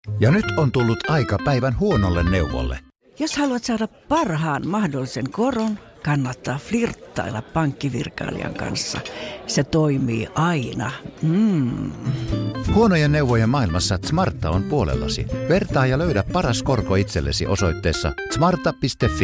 Ja nyt on tullut aika päivän huonolle neuvolle. Jos haluat saada parhaan mahdollisen koron, kannattaa flirttailla pankkivirkailijan kanssa. Se toimii aina. Huonojen neuvojen maailmassa Smarta on puolellasi. Vertaa ja löydä paras korko itsellesi osoitteessa smarta.fi.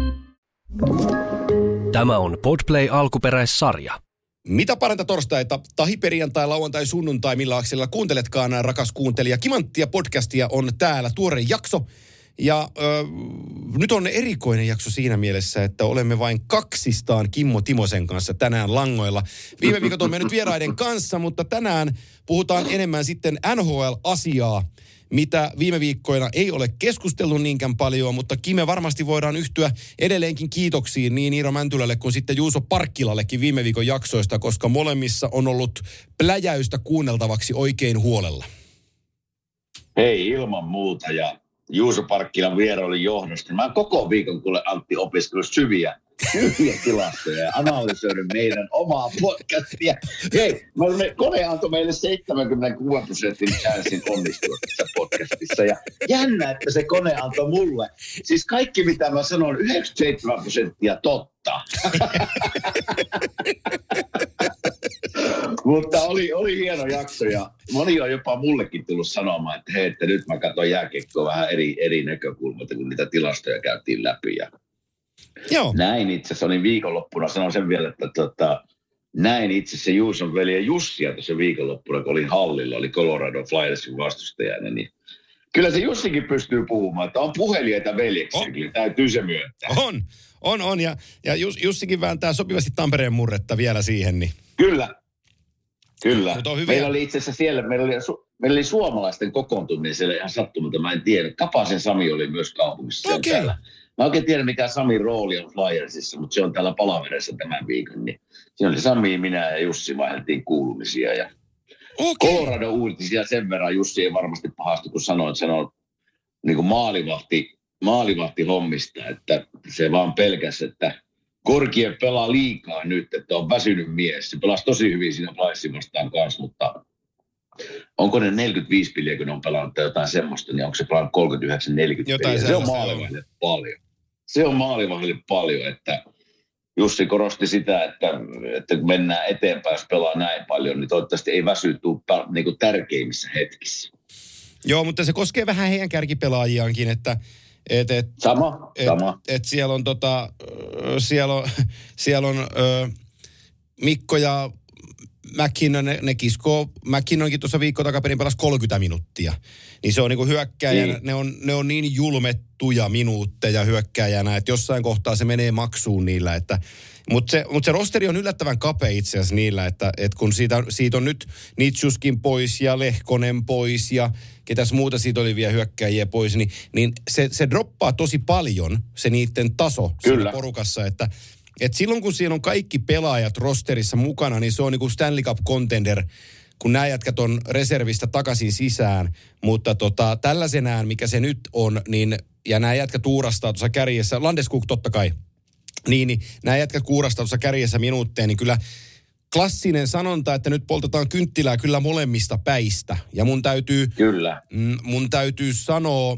Tämä on Podplay alkuperäissarja. Mitä paranta torstaita, tahi perjantai, lauantai, sunnuntai, millä akselilla kuunteletkaan, rakas kuuntelija. Kimanttia podcastia on täällä, tuore jakso. Ja nyt on erikoinen jakso siinä mielessä, että olemme vain kaksistaan Kimmo Timosen kanssa tänään langoilla. Viime viikot on mennyt vieraiden kanssa, mutta tänään puhutaan enemmän sitten NHL-asiaa, mitä viime viikkoina ei ole keskustellut niinkään paljon, mutta Kime varmasti voidaan yhtyä edelleenkin kiitoksiin niin Iiro Mäntylälle kuin sitten Juuso Parkkilallekin viime viikon jaksoista, koska molemmissa on ollut pläjäystä kuunneltavaksi oikein huolella. Hei, ilman muuta ja Juuso Parkkilan vierailun johdosta. Mä koko viikon kuule Antti opiskellut syviä tilastoja ja analysoinut meidän omaa podcastia. Hei, kone antoi meille 76% chanssin onnistua tässä podcastissa. Ja jännä, että se kone antoi mulle. Siis kaikki mitä mä sanon, 97% totta. Mutta oli hieno jakso ja moni on jopa mullekin tullut sanomaan, että hei, että nyt mä katson jääkiekkoa vähän eri näkökulmasta, kun niitä tilastoja käytiin läpi. Ja joo. Näin itse asiassa, olin viikonloppuna, sanon sen vielä, että näin itse asiassa Juuson veli Jussia tuossa viikonloppuna, kun olin hallilla, oli Colorado Flyersin vastustajana, niin kyllä se Jussikin pystyy puhumaan, että on puhelijoita veljeksiä, kyllä täytyy se myöntää. On, ja Jussikin vääntää sopivasti Tampereen murretta vielä siihen, niin. Kyllä. Meillä oli itse asiassa siellä, meillä oli suomalaisten kokoontuminen siellä ihan sattumalta, mä en tiedä. Kapasen Sami oli myös kaupungissa. Okay. Mä oikein tiedä, mikä Samin rooli on Flyersissa, mutta se on täällä Palaveressa tämän viikon. Niin siinä oli Sami, minä ja Jussi vaihdeltiin kuulumisia. Ja Colorado uutisia sen verran Jussi ei varmasti pahastu, kun sanoin, että se on niin kuin maalivahti hommista, että se vaan pelkäsi, että Korkiev pelaa liikaa nyt, että on väsynyt mies. Se pelasi tosi hyvin siinä Flyersin vastaan kanssa, mutta onko ne 45 peliä, kun ne on pelannut jotain semmoista, niin onko se pelannut 39-40 peliä? Se on maalivahdille paljon. Se on maalivahdille paljon, että Jussi korosti sitä, että kun mennään eteenpäin, jos pelaa näin paljon, niin toivottavasti ei väsy tule niin kuin tärkeimmissä hetkissä. Joo, mutta se koskee vähän heidän kärkipelaajiaankin, että Sama. Siellä on siellä on Mikko ja McKinnon, ne kiskoo. McKinnonkin tuossa viikko takaperin pelasi 30 minuuttia. Niin se on niinku hyökkäjänä, ne on niin julmettuja minuutteja hyökkäjänä, että jossain kohtaa se menee maksuun niillä, että Mutta se rosteri on yllättävän kapea itse asiassa niillä, että kun siitä on nyt Nitschuskin pois ja Lehkonen pois ja ketäs muuta siitä oli vielä hyökkäjiä pois, niin se droppaa tosi paljon se niiden taso siinä porukassa, että silloin kun siinä on kaikki pelaajat rosterissa mukana, niin se on niin kuin Stanley Cup contender, kun nämä jätkät on reservistä takaisin sisään, mutta tällaisenään, mikä se nyt on, niin, ja nämä jätkät uurastaa tuossa kärjessä, Landeskog totta kai, niin nämä jätkät kuurastaa tuossa kärjessä minuutteja, niin kyllä klassinen sanonta, että nyt poltetaan kynttilää kyllä molemmista päistä. Ja mun täytyy sanoa,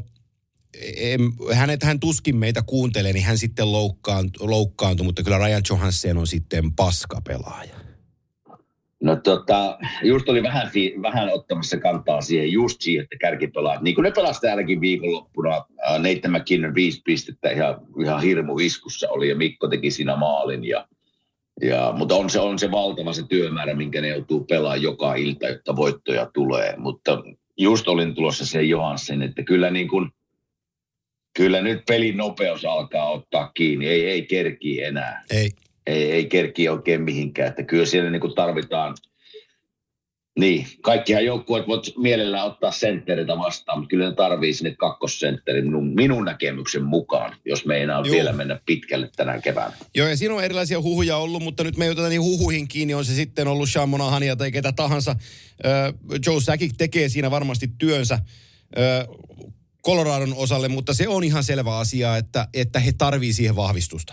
hän tuskin meitä kuuntelee, niin hän sitten loukkaantui, mutta kyllä Ryan Johansen on sitten paskapelaaja. No just oli vähän ottamassa kantaa siihen, just siihen, että kärkipelaat. Niin kuin ne pelasi täälläkin viikonloppuna, Nathan McKinnon 5 pistettä ihan hirmu iskussa oli ja Mikko teki siinä maalin. Mutta on se valtava se työmäärä, minkä ne joutuu pelaamaan joka ilta, jotta voittoja tulee. Mutta just olin tulossa sen Johansen, että kyllä nyt pelin nopeus alkaa ottaa kiinni, ei kerkii enää. Ei kerkii oikein mihinkään, että kyllä siellä niin kuin tarvitaan, niin kaikkihan joukkueet voit mielellään ottaa sentteritä vastaan, mutta kyllä ne tarvii sinne kakkosentterin minun näkemyksen mukaan, jos me ei enää vielä mennä pitkälle tänä keväänä. Joo, ja siinä on erilaisia huhuja ollut, mutta nyt me ei oteta niin huhuihin kiinni, on se sitten ollut Sean Monahania tai ketä tahansa. Joe Sakic tekee siinä varmasti työnsä Coloradon osalle, mutta se on ihan selvä asia, että he tarvii siihen vahvistusta.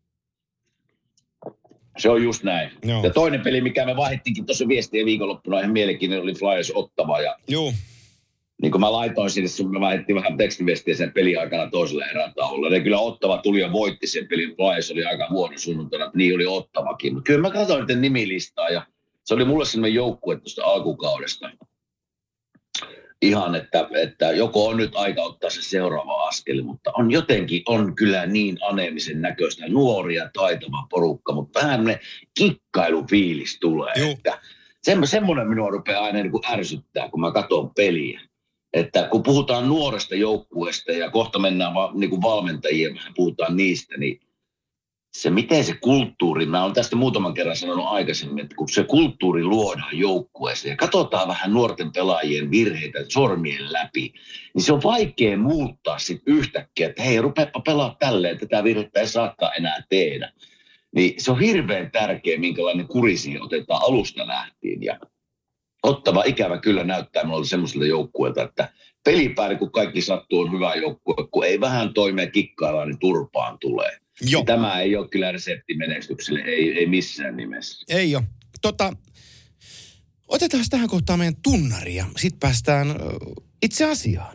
Se on just näin. Joo. Ja toinen peli, mikä me vaihdettiinkin tuossa viestiä viikonloppuna, ihan mielenkiintoinen oli Flyers Ottava. Ja niin kuin mä laitoin sinne, mä laitettiin vähän tekstiviestiä sen pelin aikana toiselle erätauolle. Ne kyllä Ottava tuli ja voitti sen pelin. Flyers oli aika huono sunnuntaina, että niin oli Ottavakin. Mutta kyllä mä katsoin niiden nimilistaa ja se oli mulle sellainen joukkue tuosta alkukaudesta. Ihan, että joko on nyt aika ottaa se seuraava askel, mutta on kyllä niin aneemisen näköistä, nuoria, taitava porukka, mutta vähän ne kikkailufiilis tulee. Että semmoinen minua rupeaa aina niin kuin ärsyttää, kun mä katson peliä. Että kun puhutaan nuoresta joukkueesta ja kohta mennään niin kuin valmentajien, vähän puhutaan niistä, niin se miten se kulttuuri, mä olen tästä muutaman kerran sanonut aikaisemmin, että kun se kulttuuri luodaan joukkueessa ja katsotaan vähän nuorten pelaajien virheitä sormien läpi, niin se on vaikea muuttaa sitten yhtäkkiä, että hei, rupeapa pelaa tälleen, että tätä virhettä ei saakaan enää tehdä. Niin se on hirveän tärkeä, minkälainen kuri siihen otetaan alusta lähtien. Ja Ottava ikävä kyllä näyttää minulle semmoiselta joukkueelta, että pelipäin, kun kaikki sattuu, on hyvä joukkue, kun ei vähän toimea kikkailla, niin turpaan tulee. Joo. Tämä ei ole kyllä resepti menestykselle, ei missään nimessä. Ei ole. Otetaan tähän kohtaan meidän tunnari ja sitten päästään itse asiaan.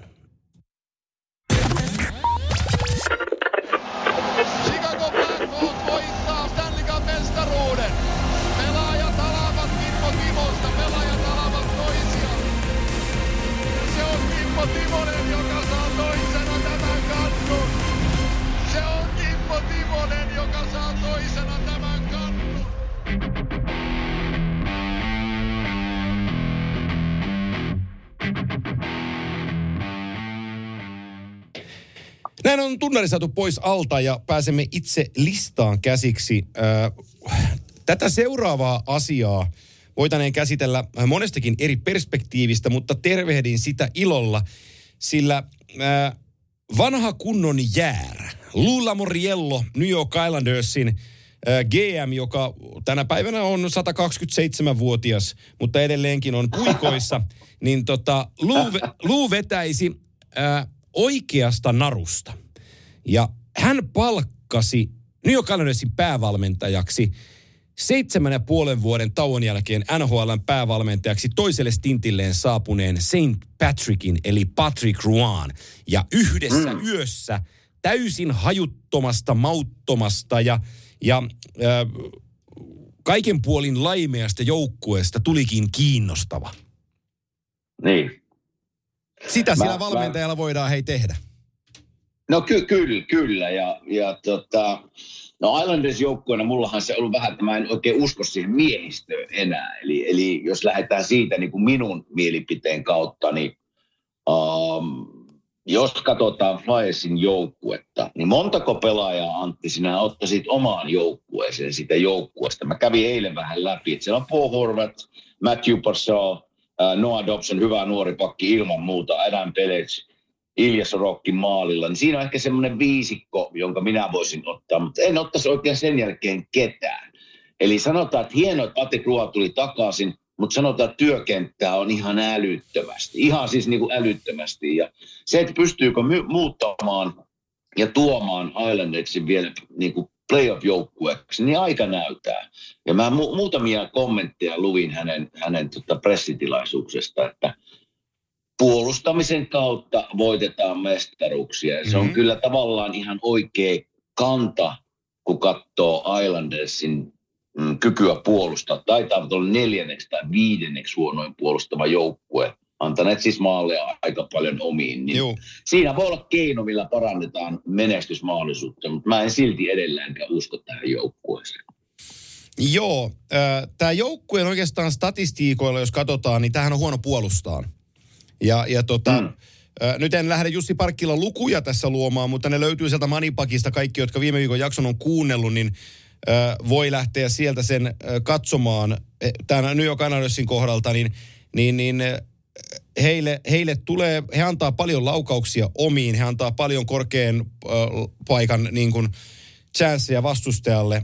Chicago Blackhawks voittaa Stanley Cup -mestaruuden. Pelaajat alavat Kimmo Timosta, pelaajat alavat toisiaan. Se on Kimmo Timonen, joka saa toisena tämän kannun. Se on Kimmo Timonen, joka saa toisena tämän kannun. Näin on tunnari saatu pois alta ja pääsemme itse listaan käsiksi. Tätä seuraavaa asiaa voitaneen käsitellä monestakin eri perspektiivistä, mutta tervehdin sitä ilolla, sillä vanha kunnon jäärä, Lou Lamoriello, New York Islandersin GM, joka tänä päivänä on 127-vuotias, mutta edelleenkin on puikoissa, niin Lou vetäisi oikeasta narusta. Ja hän palkkasi New York Islandersin päävalmentajaksi 7,5 vuoden tauon jälkeen NHL:n päävalmentajaksi toiselle stintilleen saapuneen St. Patrickin, eli Patrick Royn. Ja yhdessä yössä täysin hajuttomasta, mauttomasta ja kaiken puolin laimeasta joukkueesta tulikin kiinnostava. Niin. Sitä sillä valmentajalla voidaan tehdä. No kyllä. No Islanders joukkueena mullahan se on ollut vähän, että mä en oikein usko siihen miehistöön enää. Eli jos lähdetään siitä niin kuin minun mielipiteen kautta, niin jos katsotaan Flyersin joukkuetta, niin montako pelaajaa, Antti, sinä ottaisit omaan joukkueeseen sitä joukkueesta? Mä kävin eilen vähän läpi, että siellä on Paul Horvat, Matthew Barzal, Noah Dobson, hyvä nuori pakki ilman muuta, Adam Pelech, Ilja Sorokin maalilla. Niin siinä on ehkä semmoinen viisikko, jonka minä voisin ottaa, mutta en ottaisi oikein sen jälkeen ketään. Eli sanotaan, että hienoa, että Patrick Roy tuli takaisin, mutta sanotaan, että työkenttää on ihan älyttömästi. Ihan siis niin kuin älyttömästi. Ja se, että pystyykö muuttamaan ja tuomaan Islandersin vielä niin kuin playoff-joukkueeksi, niin aika näyttää. Ja mä muutamia kommentteja luin hänen pressitilaisuuksesta, että puolustamisen kautta voitetaan mestaruuksia. Ja se on kyllä tavallaan ihan oikea kanta, kun katsoo Islandersin kykyä puolustaa. Taitaa olla 4. tai 5. huonoin puolustava joukkue. Antaneet siis maaleja aika paljon omiin. Niin siinä voi olla keino, millä parannetaan menestysmahdollisuutta, mutta mä en silti edelleenkään usko tähän joukkueeseen. Joo, tämä joukkueen oikeastaan statistiikoilla, jos katsotaan, niin tämähän on huono puolustaan. Nyt en lähde Jussi Parkkilan lukuja tässä luomaan, mutta ne löytyy sieltä Moneypakista. Kaikki, jotka viime viikon jakson on kuunnellut, niin voi lähteä sieltä sen katsomaan. Tämän New York Islandersin kohdalta, niin heille tulee, he antaa paljon laukauksia omiin, he antaa paljon korkean paikan niin kuin chanceja vastustajalle.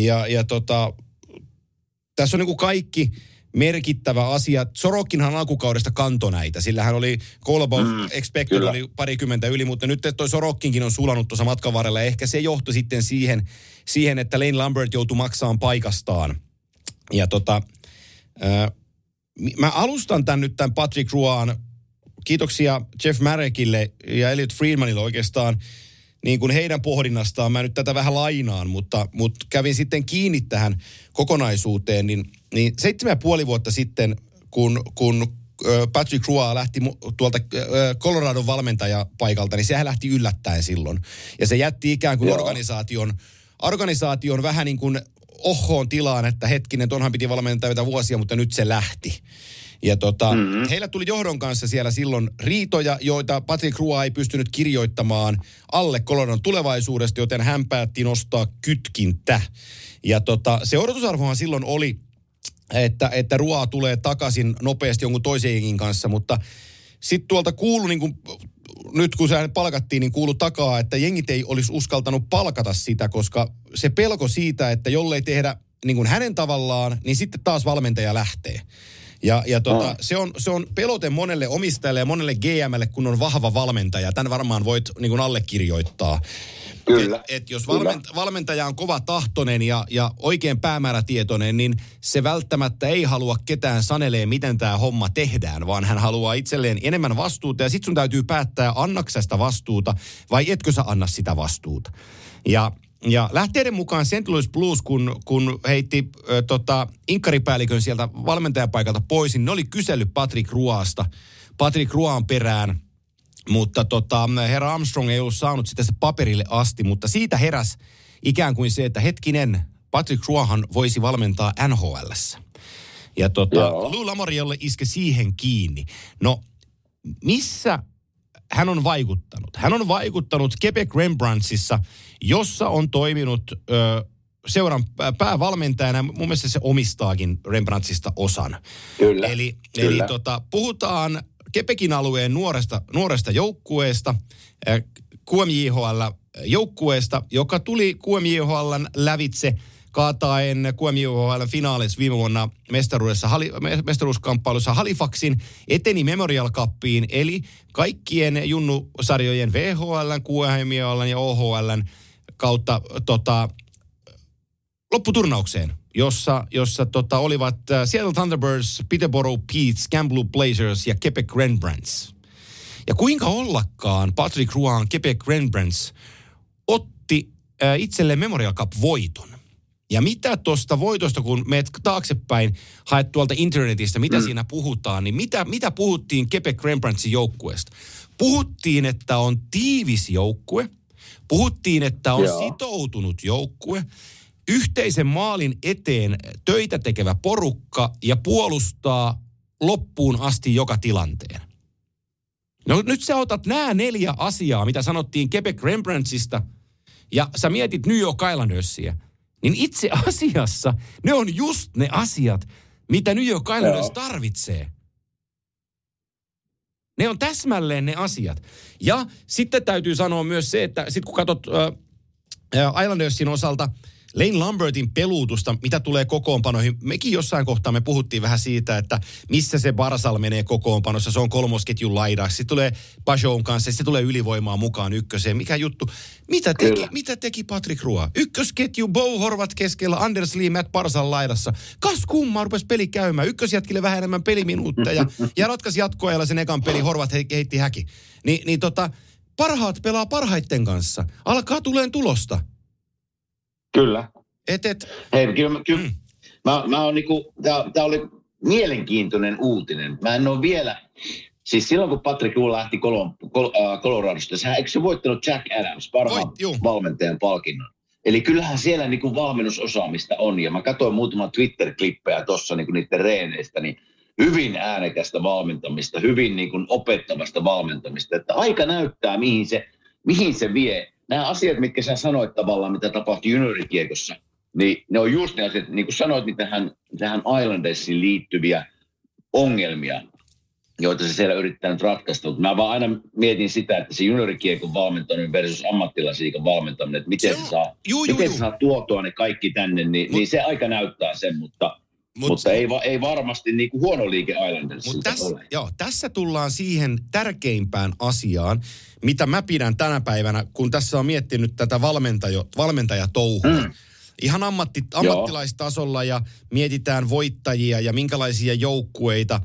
Tässä on niin kuin kaikki merkittävä asia. Sorokinhan alkukaudesta kantoi näitä, sillä hän oli goal above expected, oli 20 yli, mutta nyt toi Sorokinkin on sulanut tuossa matkan varrella. Ehkä se johtui sitten siihen, että Lane Lambert joutui maksamaan paikastaan. Ja mä alustan tämän Patrick Royn kiitoksia Jeff Marekille ja Elliot Friedmanille oikeastaan niin kuin heidän pohdinnastaan. Mä nyt tätä vähän lainaan, mutta kävin sitten kiinni tähän kokonaisuuteen. Niin 7,5 vuotta sitten, kun Patrick Roy lähti tuolta Coloradon valmentajapaikalta, niin sehän lähti yllättäen silloin. Ja se jätti ikään kuin organisaation vähän niin kuin ohoon tilaan, että hetkinen, tonhan piti valmentaa vuosia, mutta nyt se lähti. Ja heillä tuli johdon kanssa siellä silloin riitoja, joita Patrick Roy ei pystynyt kirjoittamaan alle Coloradon tulevaisuudesta, joten hän päätti nostaa kytkintä. Ja se odotusarvohan silloin oli, että Roy tulee takaisin nopeasti jonkun toisen jengin kanssa, mutta sitten tuolta kuului, niin kuin, nyt kun se palkattiin, niin kuului takaa, että jengit ei olisi uskaltanut palkata sitä, koska se pelko siitä, että jollei tehdä niin kuin hänen tavallaan, niin sitten taas valmentaja lähtee. Se on pelote monelle omistajalle ja monelle GM:lle, kun on vahva valmentaja. Tän varmaan voit niin kuin allekirjoittaa. Kyllä. Jos valmentaja on kova tahtoinen ja oikein päämäärätietoinen, niin se välttämättä ei halua ketään sanelee, miten tämä homma tehdään, vaan hän haluaa itselleen enemmän vastuuta. Ja sit sun täytyy päättää, annaksä sitä vastuuta vai etkö sä anna sitä vastuuta. Ja lähteiden mukaan St. Louis Blues, kun heitti inkkaripäällikön sieltä valmentajapaikalta pois, niin ne oli kysellyt Patrick Roysta, Patrick Royn perään, mutta herra Armstrong ei ollut saanut sitä paperille asti, mutta siitä heräsi ikään kuin se, että hetkinen, Patrick Royhan voisi valmentaa NHL:ssä. Ja Lou Lamorielle iske siihen kiinni. No, missä hän on vaikuttanut? Hän on vaikuttanut Quebec Rembrandtsissa, jossa on toiminut seuran päävalmentajana. Mun mielestä se omistaakin Rembrandtsista osan. Kyllä. Eli puhutaan Quebecin alueen nuoresta joukkueesta, QMJHL-joukkueesta, joka tuli QMJHL:n lävitse kaataen QMJHL:n finaalissa viime vuonna mestaruuskamppailussa Halifaxin, eteni Memorial Cupiin, eli kaikkien junnusarjojen VHL:n, QMJHL:n ja OHL:n kautta lopputurnaukseen, jossa olivat Seattle Thunderbirds, Peterborough Petes, Kamloops Blazers ja Quebec Rembrandts. Ja kuinka ollakaan Patrick Royn Quebec Rembrandts otti itselleen Memorial Cup-voiton. Ja mitä tuosta voitosta, kun meet taaksepäin, haet tuolta internetistä, mitä siinä puhutaan, niin mitä puhuttiin Quebec Rembrandtsin joukkueesta? Puhuttiin, että on tiivis joukkue, puhuttiin, että on sitoutunut joukkue, yhteisen maalin eteen töitä tekevä porukka ja puolustaa loppuun asti joka tilanteen. No nyt sä otat nämä 4 asiaa, mitä sanottiin Quebec Rembrandtsista, ja sä mietit New York Islandersia, niin itse asiassa ne on just ne asiat, mitä New York Islanders tarvitsee. Ne on täsmälleen ne asiat. Ja sitten täytyy sanoa myös se, että sitten kun katsot Islandersin osalta Lane Lambertin peluutusta, mitä tulee kokoonpanoihin. Mekin jossain kohtaa me puhuttiin vähän siitä, että missä se Barzal menee kokoonpanossa. Se on kolmosketjun laidaksi. Sitten tulee Bajon kanssa, sitten tulee ylivoimaa mukaan ykköseen. Mikä juttu? Mitä teki Patrick Roy? Ykkösketju, Bo Horvat keskellä, Anders Lee, Matt Barzal laidassa. Kas kummaa rupesi peli käymään. Ykkösjätkille vähän enemmän peliminuutteja. Ja ratkaisi jatkoajalla sen ekan peli. Horvat heitti häki. Parhaat pelaa parhaitten kanssa. Alkaa tuleen tulosta. Kyllä. Hei, kyllä. Mä oon tää oli mielenkiintoinen uutinen. Mä en ole vielä, siis silloin kun Patrick Roy lähti Coloradosta, eikö se voittanut Jack Adams parhaan valmentajan palkinnon? Eli kyllähän siellä valmennusosaamista on, ja mä katsoin muutaman Twitter-klippejä tuossa niiden reeneistä, niin hyvin äänekästä valmentamista, hyvin opettavasta valmentamista, että aika näyttää, mihin se vie. Nämä asiat, mitkä sä sanoit tavallaan, mitä tapahtui juniorikiekossa, niin ne on just ne asiat, niin kuin sanoit, niin tähän Islandersiin liittyviä ongelmia, joita se siellä yrittää nyt ratkaista. Mutta mä vaan aina mietin sitä, että se juniorikiekon valmentaminen versus ammattilaisiikan valmentaminen, että miten se saa tuotua ne kaikki tänne, niin se aika näyttää sen, mutta ei varmasti huono liike Islandersilta ole. Tässä tullaan siihen tärkeimpään asiaan, mitä mä pidän tänä päivänä, kun tässä on miettinyt tätä valmentajatouhua. Ihan ammattilaistasolla ja mietitään voittajia ja minkälaisia joukkueita,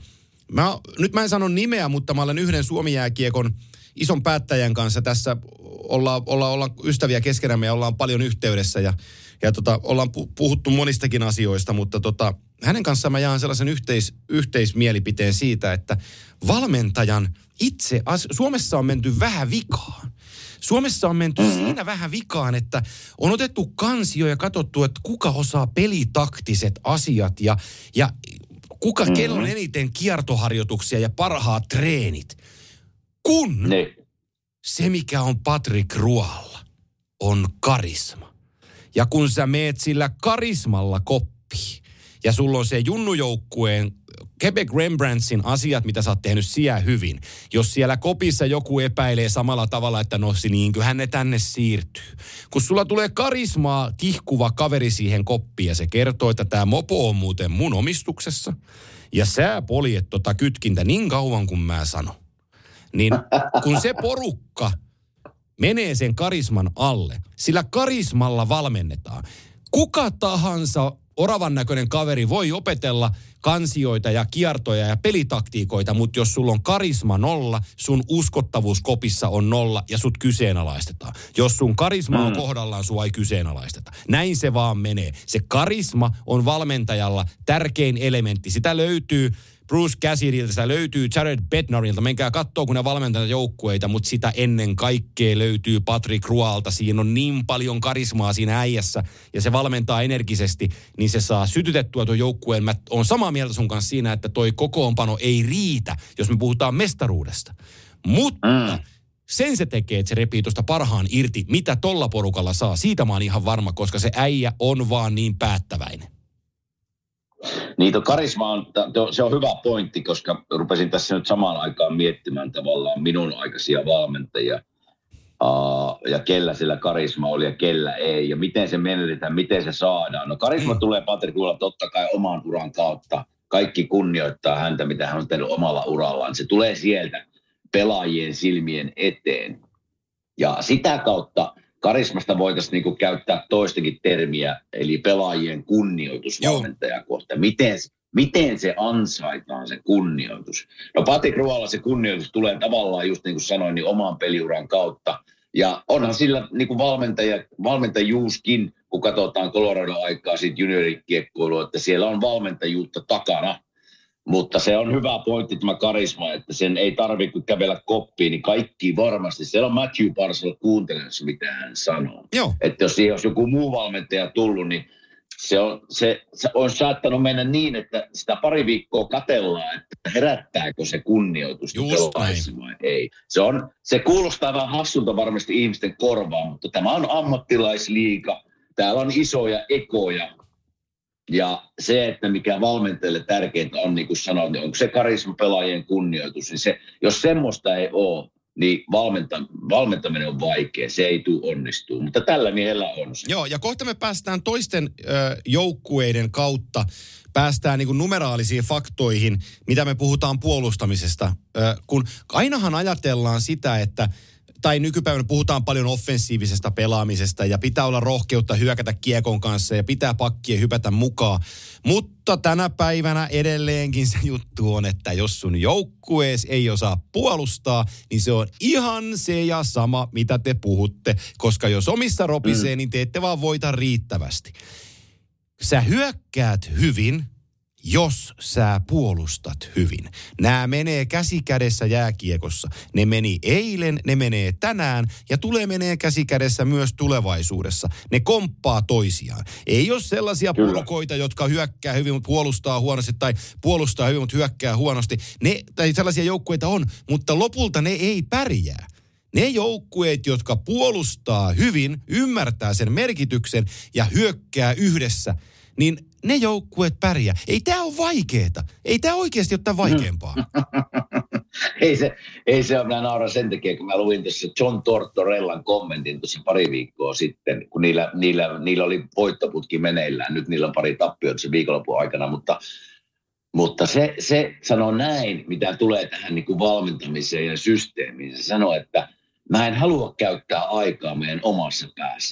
Nyt mä en sano nimeä, mutta mä olen yhden Suomi-jääkiekon ison päättäjän kanssa tässä. Ollaan ystäviä keskenämme ja ollaan paljon yhteydessä ja ollaan puhuttu monistakin asioista, mutta hänen kanssaan mä jaan sellaisen yhteismielipiteen siitä, että valmentajan Suomessa on menty vähän vikaan. Suomessa on menty siinä vähän vikaan, että on otettu kansio ja katsottu, että kuka osaa pelitaktiset asiat ja kuka kello on eniten kiertoharjoituksia ja parhaat treenit. Kun se, mikä on Patrick Roylla, on karisma. Ja kun sä meet sillä karismalla koppiin ja sulla on se junnujoukkueen Quebec Rembrandtsin asiat, mitä sä oot tehnyt siellä hyvin. Jos siellä kopissa joku epäilee samalla tavalla, että niinköhän ne tänne siirtyy. Kun sulla tulee karismaa tihkuva kaveri siihen koppiin ja se kertoo, että tää mopo on muuten mun omistuksessa ja sä poljet kytkintä niin kauan kuin mä sanon. Niin kun se porukka menee sen karisman alle, sillä karismalla valmennetaan. Kuka tahansa oravan näköinen kaveri voi opetella kansioita ja kiertoja ja pelitaktiikoita, mutta jos sulla on karisma 0, sun uskottavuus kopissa on 0 ja sut kyseenalaistetaan. Jos sun karisma on kohdallaan, sua ei kyseenalaisteta. Näin se vaan menee. Se karisma on valmentajalla tärkein elementti. Sitä löytyy Bruce Cassidyltä, sitä löytyy Jared Bednarilta. Menkää kattoo, kun ne valmentaa joukkueita, mutta sitä ennen kaikkea löytyy Patrick Roylta. Siinä on niin paljon karismaa siinä äijässä ja se valmentaa energisesti, niin se saa sytytettyä tuon joukkueen. Mä oon samaa mieltä sun kanssa siinä, että toi kokoonpano ei riitä, jos me puhutaan mestaruudesta. Mutta sen se tekee, että se repii tuosta parhaan irti, mitä tolla porukalla saa. Siitä mä oon ihan varma, koska se äijä on vaan niin päättäväinen. Niin, karisma on, se on hyvä pointti, koska rupesin tässä nyt samaan aikaan miettimään tavallaan minun aikaisia valmentajia ja kellä sillä karisma oli ja kellä ei ja miten se menetetään, miten se saadaan. No karisma tulee Patrick Roylla totta kai oman uran kautta. Kaikki kunnioittaa häntä, mitä hän on tehnyt omalla urallaan. Se tulee sieltä pelaajien silmien eteen ja sitä kautta karismasta voitaisiin niinku käyttää toistakin termiä, eli pelaajien kunnioitus valmentajan kohtaan. Miten se ansaitaan, se kunnioitus? No Patrick Roylla se kunnioitus tulee tavallaan, just niin kuin sanoin, niin oman peliuran kautta. Ja onhan sillä niin kuin valmentajuuskin, kun katsotaan Colorado-aikaa siitä juniorikiekkoilua, että siellä on valmentajuutta takana. Mutta se on hyvä pointti tämä karisma, että sen ei tarvitse kun kävellä koppiin, niin kaikki varmasti. Siellä on Matthew Barzal kuuntelemassa, mitä hän sanoo. Joo. Että jos siihen olisi joku muu valmentaja tullut, niin se on saattanut mennä niin, että sitä pari viikkoa katsellaan, että herättääkö se kunnioitusta pelaajassa vai ei. Se kuulostaa vähän hassulta varmasti ihmisten korvaan, mutta tämä on ammattilaisliiga. Täällä on isoja ekoja. Ja se, että mikä valmentajille tärkeintä on, niin kuin sanoin, niin onko se karisma pelaajien kunnioitus, niin jos semmoista ei ole, niin valmentaminen on vaikea, se ei tule onnistua, mutta tällä miehellä on se. Joo, ja kohta me päästään toisten joukkueiden kautta, päästään niin kuin numeraalisiin faktoihin, mitä me puhutaan puolustamisesta, kun ainahan ajatellaan sitä, että tai nykypäivänä puhutaan paljon offensiivisesta pelaamisesta ja pitää olla rohkeutta hyökätä kiekon kanssa ja pitää pakkien hypätä mukaan. Mutta tänä päivänä edelleenkin se juttu on, että jos sun joukkuees ei osaa puolustaa, niin se on ihan se ja sama, mitä te puhutte. Koska jos omissa ropisee, niin te ette vaan voita riittävästi. Sä hyökkäät hyvin, jos sä puolustat hyvin. Nämä menee käsi kädessä jääkiekossa. Ne meni eilen, ne menee tänään ja menee käsi kädessä myös tulevaisuudessa. Ne komppaa toisiaan. Ei ole sellaisia porukoita, jotka hyökkää hyvin, mutta puolustaa huonosti tai puolustaa hyvin, mutta hyökkää huonosti. Tai sellaisia joukkueita on, mutta lopulta ne ei pärjää. Ne joukkueet, jotka puolustaa hyvin, ymmärtää sen merkityksen ja hyökkää yhdessä, niin ne joukkueet pärjää. Ei tämä ole vaikeeta. Ei tämä oikeasti ole vaikeampaa. Ei se ole, minä nauran sen takia, kun mä luin tuossa John Tortorellan kommentin tuossa pari viikkoa sitten, kun niillä oli voittoputki meneillään. Nyt niillä on pari tappiota se viikonlopun aikana, mutta se sanoo näin, mitä tulee tähän niin kuin valmentamiseen ja systeemiin. Se sanoo, että mä en halua käyttää aikaa meidän omassa päässä.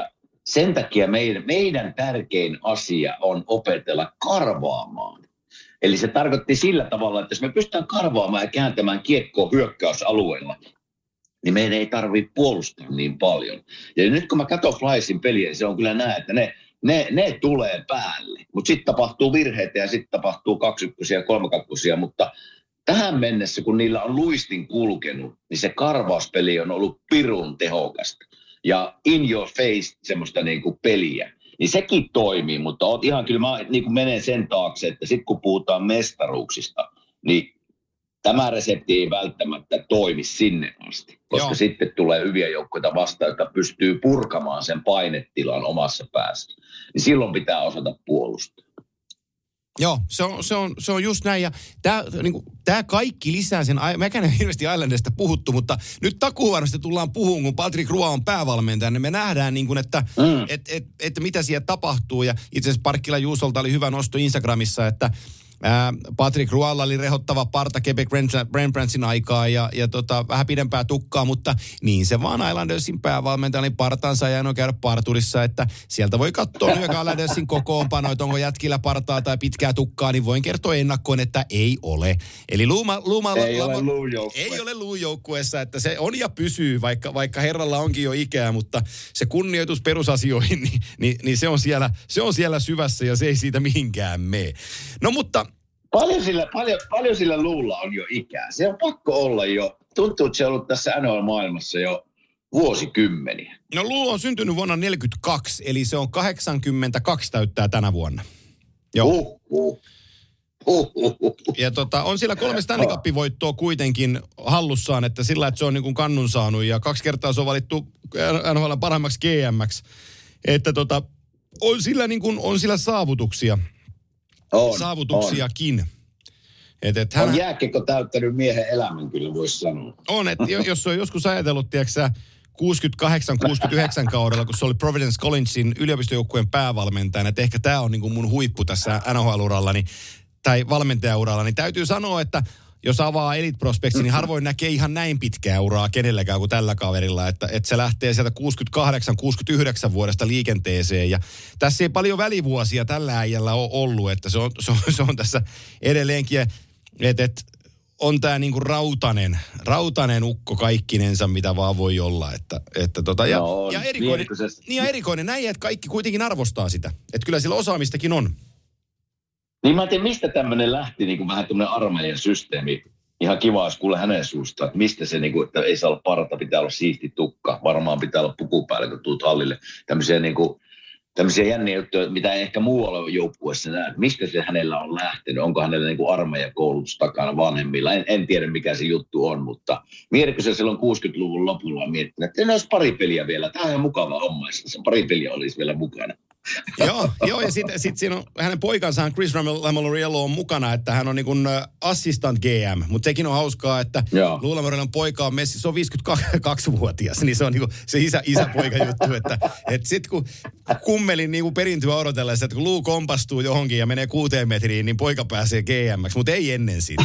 Sen takia meidän tärkein asia on opetella karvaamaan. Eli se tarkoitti sillä tavalla, että jos me pystytään karvaamaan ja kääntämään kiekkoa hyökkäysalueella, niin meidän ei tarvitse puolustaa niin paljon. Ja nyt kun mä katson Flyersin peliä, niin se on kyllä näin, että ne tulee päälle. Mutta sitten tapahtuu virheitä ja sitten tapahtuu 2-1 ja 3-2, mutta tähän mennessä, kun niillä on luistin kulkenut, niin se karvauspeli on ollut pirun tehokasta. Ja in your face semmoista niinku peliä. Niin sekin toimii, mutta kyllä mä niinku menen sen taakse, että sitten kun puhutaan mestaruuksista, niin tämä resepti ei välttämättä toimi sinne asti. Koska sitten tulee hyviä joukkoita vastaan, jotka pystyy purkamaan sen painetilan omassa päässä. Niin silloin pitää osata puolustaa. Joo, se on just näin. Ja tämä kaikki lisää sen, mäkään ei hirveästi Islandista puhuttu, mutta nyt takuvarmasti tullaan puhumaan, kun Patrick Roy on päävalmentaja, niin me nähdään, niin kuin, että mitä siellä tapahtuu. Ja itse asiassa Parkkila Juusolta oli hyvä nosto Instagramissa, että Patrick Roylla oli rehottava parta Quebec Rembrandtsin aikaa ja vähän pidempää tukkaa, mutta niin se vaan Islandersin päävalmentaja oli partansa ja en ole käydä parturissa, että sieltä voi katsoa New York Islandersin kokoonpano, että onko jätkillä partaa tai pitkää tukkaa, niin voin kertoa ennakkoon, että ei ole. Eli ei ole luujoukkueessa, että se on ja pysyy, vaikka herralla onkin jo ikää, mutta se kunnioitus perusasioihin, niin se on siellä syvässä ja se ei siitä mihinkään mene. No mutta Paljon sillä luulla on jo ikää. Se on pakko olla jo. Tuntuu, että se on ollut tässä NHL-maailmassa jo vuosikymmeniä. No Luu on syntynyt vuonna 1942, eli se on 82 täyttää tänä vuonna. Joo. Ja on sillä 3 Stanley Cup-voittoa kuitenkin hallussaan, että sillä, että se on niin kuin kannun saanut ja 2 kertaa se on valittu NHL parhaimmaksi GM:ksi. Että on sillä saavutuksia. Saavutuksiakin. On jääkiekko täyttänyt miehen elämän, kyllä voisi sanoa. On, että jos on joskus ajatellut, tiedätkö 68-69 kaudella, kun se oli Providence Collegein yliopistojoukkueen päävalmentajana, että ehkä tämä on niin kuin mun huippu tässä NHL-uralla, tai valmentajauralla, niin täytyy sanoa, että jos avaa Elite Prospectsin, niin harvoin näkee ihan näin pitkää uraa kenelläkään kuin tällä kaverilla, että se lähtee sieltä 68-69 vuodesta liikenteeseen. Ja tässä ei paljon välivuosia tällä äijällä ole ollut, että se on tässä edelleenkin, että on tämä niinku rautanen ukko kaikkinensa, mitä vaan voi olla. Erikoinen näin, että kaikki kuitenkin arvostaa sitä. Että kyllä sillä osaamistakin on. Niin mä en tiedä, mistä tämmöinen lähti, niin kuin vähän tämmöinen armeijan systeemi. Ihan kiva, jos kuule hänen suusta, että mistä se, niin kuin, että ei saa olla parta, pitää olla siisti tukka. Varmaan pitää olla puku päällä, kun tuut hallille. Tämmöisiä jänniä juttuja, mitä ei ehkä muualla joukkueessa näe. Mistä se hänellä on lähtenyt? Onko hänellä niin kuin armeijakoulutus takana vanhemmilla? En tiedä, mikä se juttu on, mutta mietitkö se silloin 60-luvun lopulla miettinyt, että olisi pari peliä vielä. Tämä on ihan mukava homma, se pari peliä olisi vielä mukana. Joo, ja sitten siinä on hänen poikansahan Chris Lamoriello on mukana, että hän on niin kuin assistant GM, mutta sekin on hauskaa, että Lou Lamoriellon poika on Messi, se on 52-vuotias, niin se on niin kuin se isä-poika juttu, että sitten kun kummelin niin kuin perintyä odotellessa, että kun Lou kompastuu johonkin ja menee 6 metriin, niin poika pääsee GM:ksi, mutta ei ennen sitä.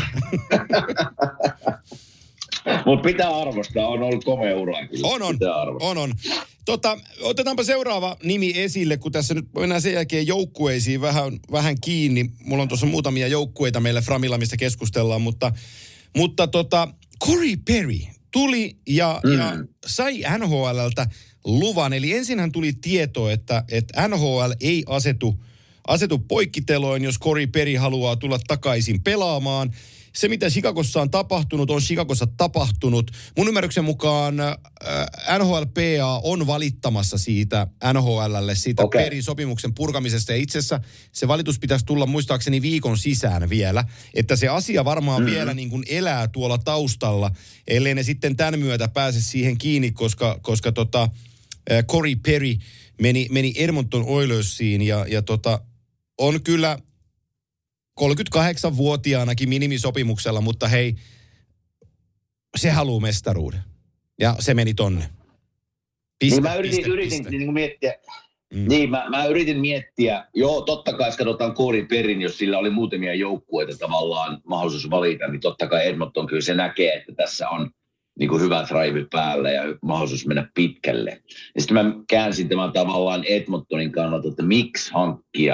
Mutta pitää arvostaa, on ollut komea ura. On. Otetaanpa seuraava nimi esille, kun tässä nyt mennään sen jälkeen joukkueisiin vähän kiinni. Mulla on tuossa muutamia joukkueita meillä Framilla, mistä keskustellaan, mutta Corey Perry tuli ja sai NHL:ltä luvan. Eli ensinhän tuli tieto, että NHL ei asetu poikkiteloin, jos Corey Perry haluaa tulla takaisin pelaamaan. Se, mitä Chicagossa on Chicagossa tapahtunut. Mun ymmärryksen mukaan NHLPA on valittamassa siitä NHL:lle siitä Perryn sopimuksen purkamisesta. Ja itse asiassa se valitus pitäisi tulla muistaakseni viikon sisään vielä. Että se asia varmaan vielä niin kuin elää tuolla taustalla, ellei ne sitten tämän myötä pääse siihen kiinni, koska Corey Perry meni Edmonton Oilersiin ja on kyllä 38-vuotiaanakin minimisopimuksella, mutta hei, se haluaa mestaruuden. Ja se meni tonne. Mä yritin niin miettiä. Mä yritin miettiä, totta kai jos katsotaan Corey Perryn, jos sillä oli muutamia joukkueita tavallaan mahdollisuus valita, niin totta kai Edmonton kyllä se näkee, että tässä on niin kuin hyvä drive päällä ja mahdollisuus mennä pitkälle. Ja sitten mä käänsin tämän tavallaan Edmontonin kannalta, että miksi hankkia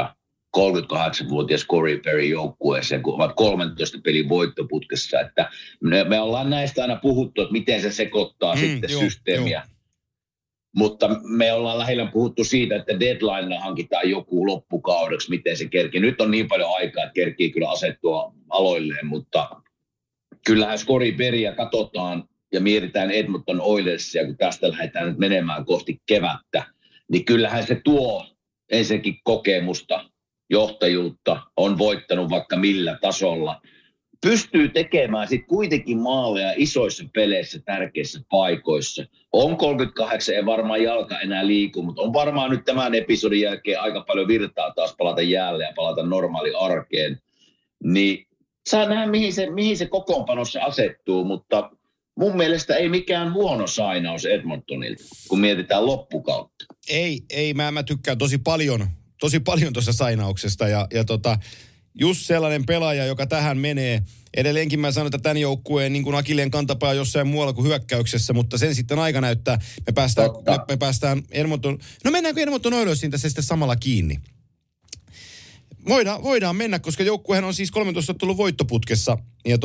38-vuotias Corey Perry joukkueeseen, kun ovat 13 pelin voittoputkessa. Että me ollaan näistä aina puhuttu, että miten se sekoittaa sitten systeemiä. Mutta me ollaan lähellä puhuttu siitä, että deadlinella hankitaan joku loppukaudeksi, miten se kerkii. Nyt on niin paljon aikaa, että kerkii kyllä asettua aloilleen, mutta kyllähän Corey Perryä katsotaan ja mietitään Edmonton Oilersia, kun tästä lähdetään nyt menemään kohti kevättä, niin kyllähän se tuo ensinnäkin kokemusta, johtajuutta, on voittanut vaikka millä tasolla. Pystyy tekemään sitten kuitenkin maaleja isoissa peleissä, tärkeissä paikoissa. On 38, ei varmaan jalka enää liiku, mutta on varmaan nyt tämän episodin jälkeen aika paljon virtaa taas palata jäälle ja palata normaali arkeen. Niin saa nähdä, mihin se kokoonpanossa asettuu, mutta mun mielestä ei mikään huono sainaus Edmontonilta, kun mietitään loppukautta. Ei, mä tykkään tosi paljon tuossa sainauksesta ja just sellainen pelaaja, joka tähän menee. Edelleenkin mä sanon, että tämän joukkueen niin kuin akilleen kantapää jossain muualla kuin hyökkäyksessä, mutta sen sitten aika näyttää. Me päästään Edmonton. No mennäänkö Edmonton Oilersiin tässä sitten samalla kiinni? Voidaan mennä, koska joukkuehan on siis 13 tullut voittoputkessa. Ja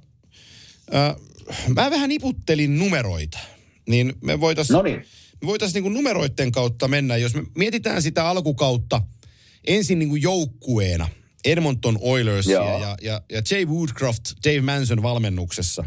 mä vähän niputtelin numeroita. Niin me voitaisiin niin kuin numeroiden kautta mennä. Jos me mietitään sitä alkukautta ensin niin kuin joukkueena, Edmonton Oilersia ja Jay Woodcroft, Dave Manson valmennuksessa.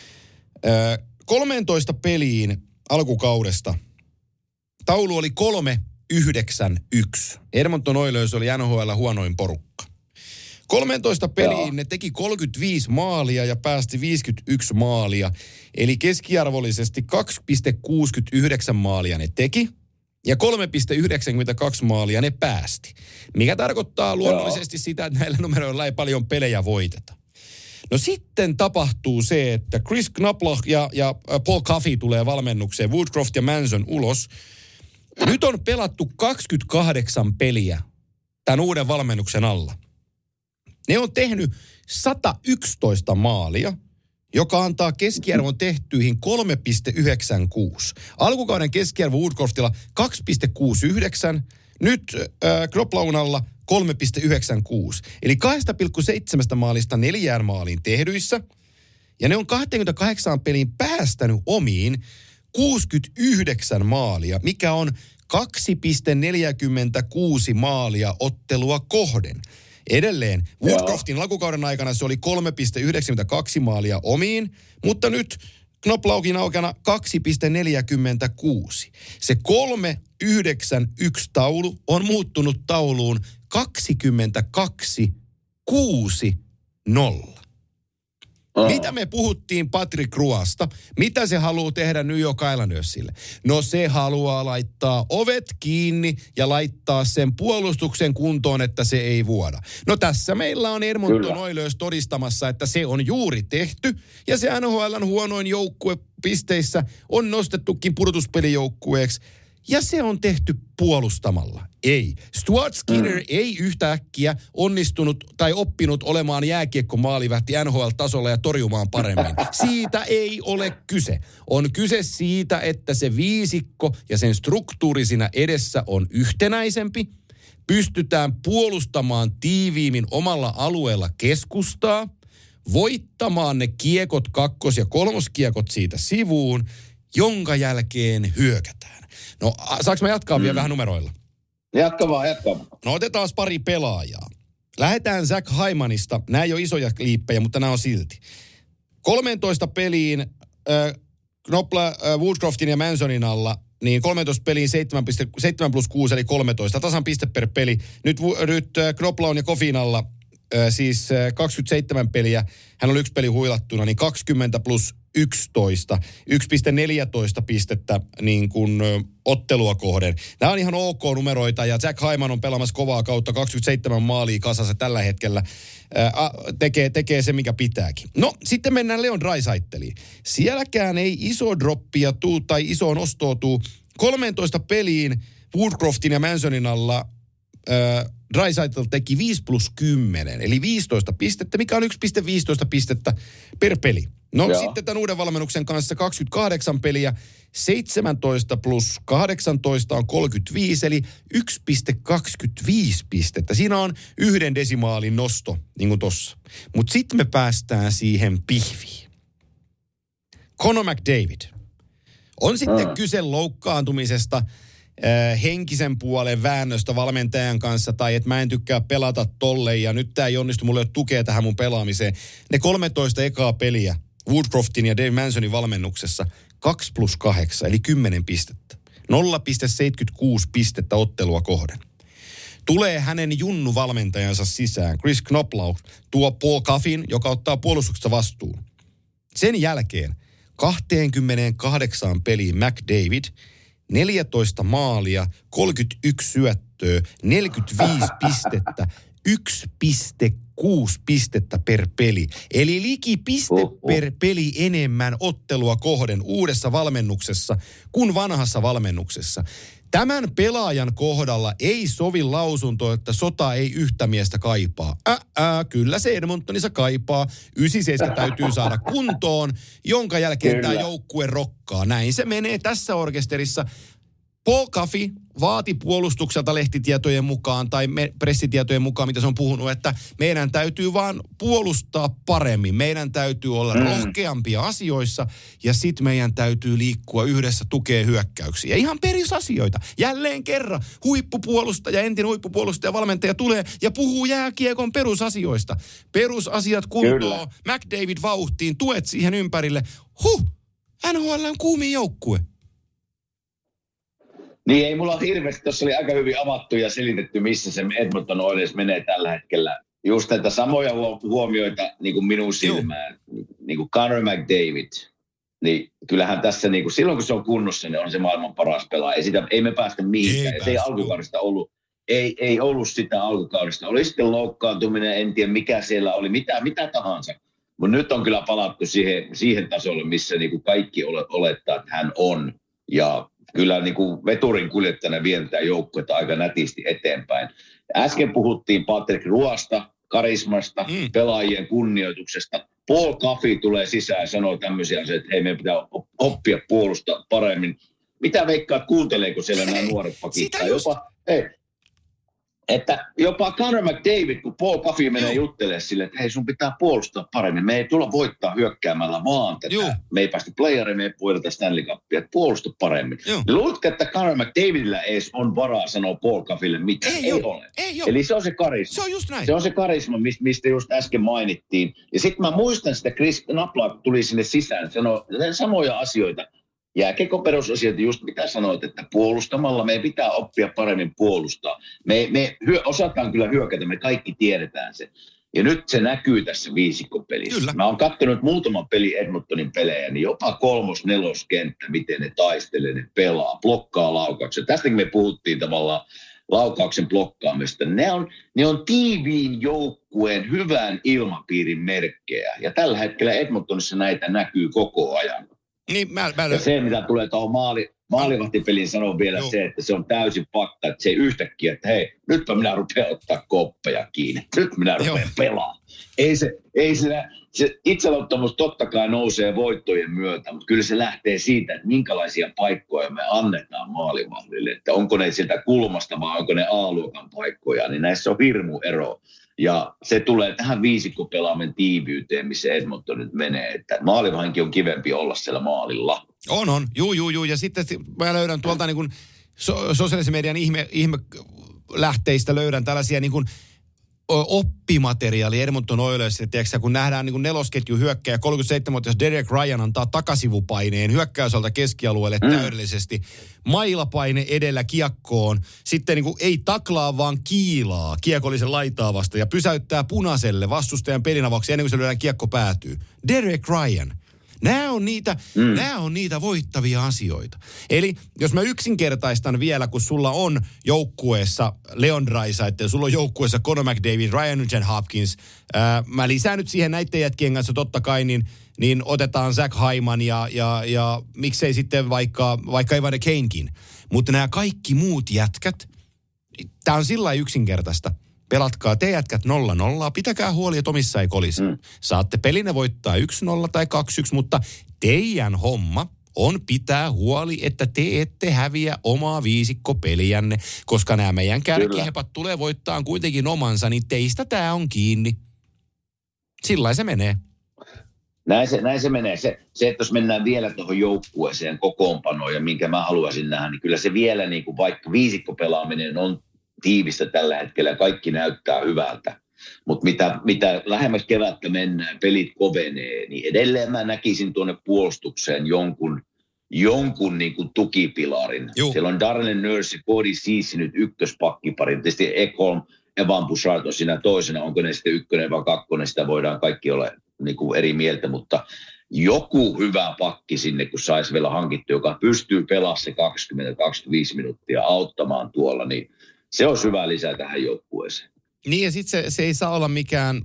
13 peliin alkukaudesta. Taulu oli 3-9-1. Edmonton Oilers oli NHL huonoin porukka. 13 peliin ne teki 35 maalia ja päästi 51 maalia. Eli keskiarvollisesti 2,69 maalia ne teki. Ja 3,92 maalia ne päästi. Mikä tarkoittaa luonnollisesti sitä, että näillä numeroilla ei paljon pelejä voiteta. No sitten tapahtuu se, että Chris Knaploch ja Paul Coffey tulee valmennukseen, Woodcroft ja Manson ulos. Nyt on pelattu 28 peliä tämän uuden valmennuksen alla. Ne on tehnyt 111 maalia, joka antaa keskiarvon tehtyihin 3,96. Alkukauden keskiarvo Woodcroftilla 2,69, nyt Knoplaunalla 3,96. Eli 2,7 maalista 4 maaliin tehdyissä. Ja ne on 28 peliin päästänyt omiin 69 maalia, mikä on 2,46 maalia ottelua kohden. Edelleen Woodcroftin alkukauden aikana se oli 3,92 maalia omiin, mutta nyt Knoplauchin aikana 2,46. Se 3,91 taulu on muuttunut tauluun 22,6-0. Mitä me puhuttiin Patrick Roysta? Mitä se haluaa tehdä New York Islandersille? No se haluaa laittaa ovet kiinni ja laittaa sen puolustuksen kuntoon, että se ei vuoda. No tässä meillä on Edmonton Oilers todistamassa, että se on juuri tehty. Ja se NHL:n huonoin joukkue pisteissä on nostettukin pudotuspelijoukkueeksi. Ja se on tehty puolustamalla. Ei. Stuart Skinner ei yhtäkkiä onnistunut tai oppinut olemaan jääkiekko-maalivahti NHL-tasolla ja torjumaan paremmin. Siitä ei ole kyse. On kyse siitä, että se viisikko ja sen struktuuri siinä edessä on yhtenäisempi. Pystytään puolustamaan tiiviimmin omalla alueella keskustaa, voittamaan ne kiekot, kakkos- ja kolmoskiekot siitä sivuun, jonka jälkeen hyökätään. No, saanko mä jatkaa vielä vähän numeroilla? Jatka vaan. No otetaan pari pelaajaa. Lähdetään Zach Hymanista. Nämä ei ole isoja liippejä, mutta nämä on silti. 13 peliin Woodcroftin ja Mansonin alla, niin 13 peliin 7 plus 6 eli 13. Tasan piste per peli. Nyt Knoplaun ja Coffeyn alla siis 27 peliä. Hän oli 1 peli huilattuna, niin 20 plus 11. 1,14 pistettä niin kuin ottelua kohden. Nämä on ihan ok numeroita ja Zach Hyman on pelaamassa kovaa kautta 27 maalia kasassa tällä hetkellä. Tekee se, mikä pitääkin. No, sitten mennään Leon Draisaitteliin. Sielläkään ei iso droppia tuu tai iso nostoa tuu. 13 peliin Woodcroftin ja Mansonin alla Draisaitl teki 5 plus 10, eli 15 pistettä, mikä on 1,15 pistettä per peli. No sitten tämän uuden valmennuksen kanssa 28 peliä, 17 plus 18 on 35, eli 1,25 pistettä. Siinä on 1 desimaalin nosto, niin kuin tossa. Mutta sitten me päästään siihen pihviin. Conor McDavid. On sitten kyse loukkaantumisesta, henkisen puolen väännöstä valmentajan kanssa, tai että mä en tykkää pelata tolle, ja nyt tää ei onnistu, mulla ei ole tukea tähän mun pelaamiseen. Ne 13 ekaa peliä Woodcroftin ja Dave Mansonin valmennuksessa 2+8, eli 10 pistettä. 0,76 pistettä ottelua kohden. Tulee hänen junnuvalmentajansa sisään, Chris Knoblauch, tuo Paul Coffin, joka ottaa puolustuksesta vastuun. Sen jälkeen 28 peliin McDavid, 14 maalia, 31 syöttöä, 45 pistettä, 1,6 pistettä per peli. Eli liki piste per peli enemmän ottelua kohden uudessa valmennuksessa kuin vanhassa valmennuksessa. Tämän pelaajan kohdalla ei sovi lausunto, että sota ei yhtä miestä kaipaa. Kyllä se Edmontonissa kaipaa. 97 täytyy saada kuntoon, jonka jälkeen tämä joukkue rokkaa. Näin se menee tässä orkesterissa. Paul Coffey vaati puolustukselta lehtitietojen mukaan tai pressitietojen mukaan, mitä se on puhunut, että meidän täytyy vaan puolustaa paremmin. Meidän täytyy olla rohkeampia asioissa ja sitten meidän täytyy liikkua yhdessä tukea hyökkäyksiä. Ihan perusasioita. Jälleen kerran huippupuolustaja, entinen huippupuolustaja, valmentaja tulee ja puhuu jääkiekon perusasioista. Perusasiat kuntoon, McDavid vauhtiin, tuet siihen ympärille. NHL on kuumin joukkue. Niin ei mulla hirveästi, tuossa oli aika hyvin avattu ja selitetty, missä se Edmonton Oilers menee tällä hetkellä. Just näitä samoja huomioita niin kuin minun silmään, niin kuin Conor McDavid. Niin kyllähän tässä, niin kuin, silloin kun se on kunnossa, niin on se maailman paras pelaaja. Ei me päästä mihinkään. Se ei alkukaudesta ollut, ei ollut sitä alkukaudesta. Oli sitten loukkaantuminen, en tiedä mikä siellä oli, mitä tahansa. Mutta nyt on kyllä palattu siihen tasolle, missä niin kuin kaikki olettaa, että hän on. Ja kyllä niin kuin veturin kuljettajana vientää joukkuetta aika nätisti eteenpäin. Äsken puhuttiin Patrick Roysta, karismasta, pelaajien kunnioituksesta. Paul Coffey tulee sisään ja sanoo tämmöisiä asioita, että hei, meidän pitää oppia puolustaa paremmin. Mitä veikkaat, kuunteleeko siellä nämä nuoret pakittaa? Että jopa Conor McDavid, kun Paul Coffey menee juttelemaan sille, että hei, sun pitää puolustaa paremmin. Me ei tulla voittaa hyökkäämällä vaan tätä. Me ei päästä playeriin, me ei voideta Stanley Cupia. Että puolusta paremmin. Luuletko, että Conor McDavidillä edes on varaa sanoa Paul Coffeylle mitään? Ei ole. Eli se on se karisma. Se on just näin. Se on se karisma, mistä just äsken mainittiin. Ja sitten mä muistan sitä, Chris Knoblauch tuli sinne sisään, sanoi samoja asioita. Jääkiekon perusasioita just mitä sanoit, että puolustamalla meidän pitää oppia paremmin puolustaa. Me osataan kyllä hyökätä, me kaikki tiedetään se. Ja nyt se näkyy tässä viisikkopelissä. Kyllä. Mä oon katsonut muutaman peli Edmontonin pelejä, niin jopa 3-4 kenttä, miten ne taistelee, ne pelaa, blokkaa laukauksen. Tästäkin me puhuttiin tavallaan laukauksen blokkaamista. Ne on tiiviin joukkueen hyvän ilmapiirin merkkejä. Ja tällä hetkellä Edmontonissa näitä näkyy koko ajan. Niin, ja se, mitä tulee tuohon maalivahtipeliin, sanon vielä se, että se on täysin fakta, että se ei yhtäkkiä, että hei, nytpä minä rupean ottaa koppeja kiinni. Nyt minä rupean pelaamaan. Se itseluottamus totta kai nousee voittojen myötä, mutta kyllä se lähtee siitä, että minkälaisia paikkoja me annetaan maalivahdille. Että onko ne sieltä kulmasta vai onko ne A-luokan paikkoja, niin näissä on hirmu ero. Ja se tulee tähän viisikkopelaamen tiiviyteen, missä Edmonton nyt menee, että maalivahdinkin on kivempi olla siellä maalilla. On. Juu. Ja sitten mä löydän tuolta niin kuin sosiaalisen median ihme lähteistä löydän tällaisia niin kuin oppimateriaalia Edmonton Oilersille, tiedätkö, kun nähdään niin kuin nelosketju hyökkäjä, 37-vuotias Derek Ryan antaa takasivupaineen hyökkäysalta keskialueelle täydellisesti, mailapaine edellä kiekkoon, sitten niin kuin ei taklaa, vaan kiilaa kiekollisen laitaa vasta ja pysäyttää punaiselle vastustajan pelinavaksi ennen kuin se lyödään kiekko päätyy. Derek Ryan. Nämä on niitä voittavia asioita. Eli jos mä yksinkertaistan vielä, kun sulla on joukkueessa Leon Draisaitl, ja sulla on joukkueessa Conor McDavid, Ryan Nugent-Hopkins, mä lisään nyt siihen näiden jätkien kanssa totta kai, niin otetaan Zach Hyman ja miksei sitten vaikka Evander Kanekin. Mutta nämä kaikki muut jätkät, tää on sillä lailla yksinkertaista. Pelatkaa te jätkät 0-0, pitäkää huoli, että omissa ei kolisi. Saatte pelinne voittaa 1-0 tai 2-1, mutta teidän homma on pitää huoli, että te ette häviä omaa viisikkopeliänne, koska nämä meidän kärkihepat tulee voittaa kuitenkin omansa, niin teistä tämä on kiinni. Sillä se menee. Näin se menee. Se, että jos mennään vielä tuohon joukkueeseen kokoonpanoon ja minkä mä haluaisin nähdä, niin kyllä se vielä niin kuin vaikka viisikkopelaaminen on tiivistä tällä hetkellä, kaikki näyttää hyvältä. Mutta mitä lähemmäs kevättä mennään, pelit kovenee, niin edelleen mä näkisin tuonne puolustukseen jonkun niin kuin tukipilarin. Siellä on Darnell Nurse ja Cody Ceesay nyt ykköspakkipari. Tietysti Ekholm, Evan Bouchard on siinä toisena. Onko ne sitten ykkönen vai kakkonen, sitä voidaan kaikki olla niin kuin eri mieltä, mutta joku hyvä pakki sinne, kun saisi vielä hankittu, joka pystyy pelaamaan se 20-25 minuuttia auttamaan tuolla, niin se on hyvä lisää tähän joukkueeseen. Niin ja sitten se ei saa olla mikään,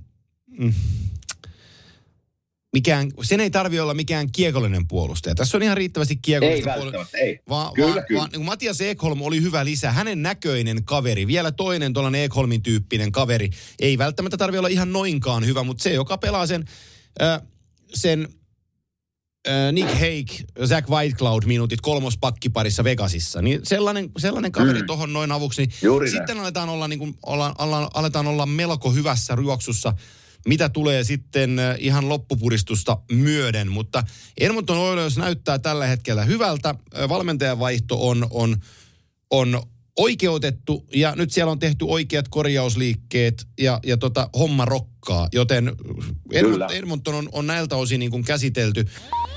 sen ei tarvitse olla mikään kiekollinen puolustaja. Tässä on ihan riittävästi kiekollista puolustaja. Ei välttämättä, ei. Kyllä. Niin Matias Ekholm oli hyvä lisä. Hänen näköinen kaveri, vielä toinen tuollainen Ekholmin tyyppinen kaveri. Ei välttämättä tarvitse olla ihan noinkaan hyvä, mutta se, joka pelaa sen Nick Hague, Zach Whitecloud minuutit kolmospakkiparissa Vegasissa, niin sellainen kaveri tohon noin avuksi. Niin sitten aletaan olla melko hyvässä juoksussa, mitä tulee sitten ihan loppupuristusta myöden. Mutta Edmonton Oilers näyttää tällä hetkellä hyvältä. Valmentajanvaihto on oikeutettu ja nyt siellä on tehty oikeat korjausliikkeet ja homma rokkaa. Joten Edmonton on näiltä osin niin kuin käsitelty.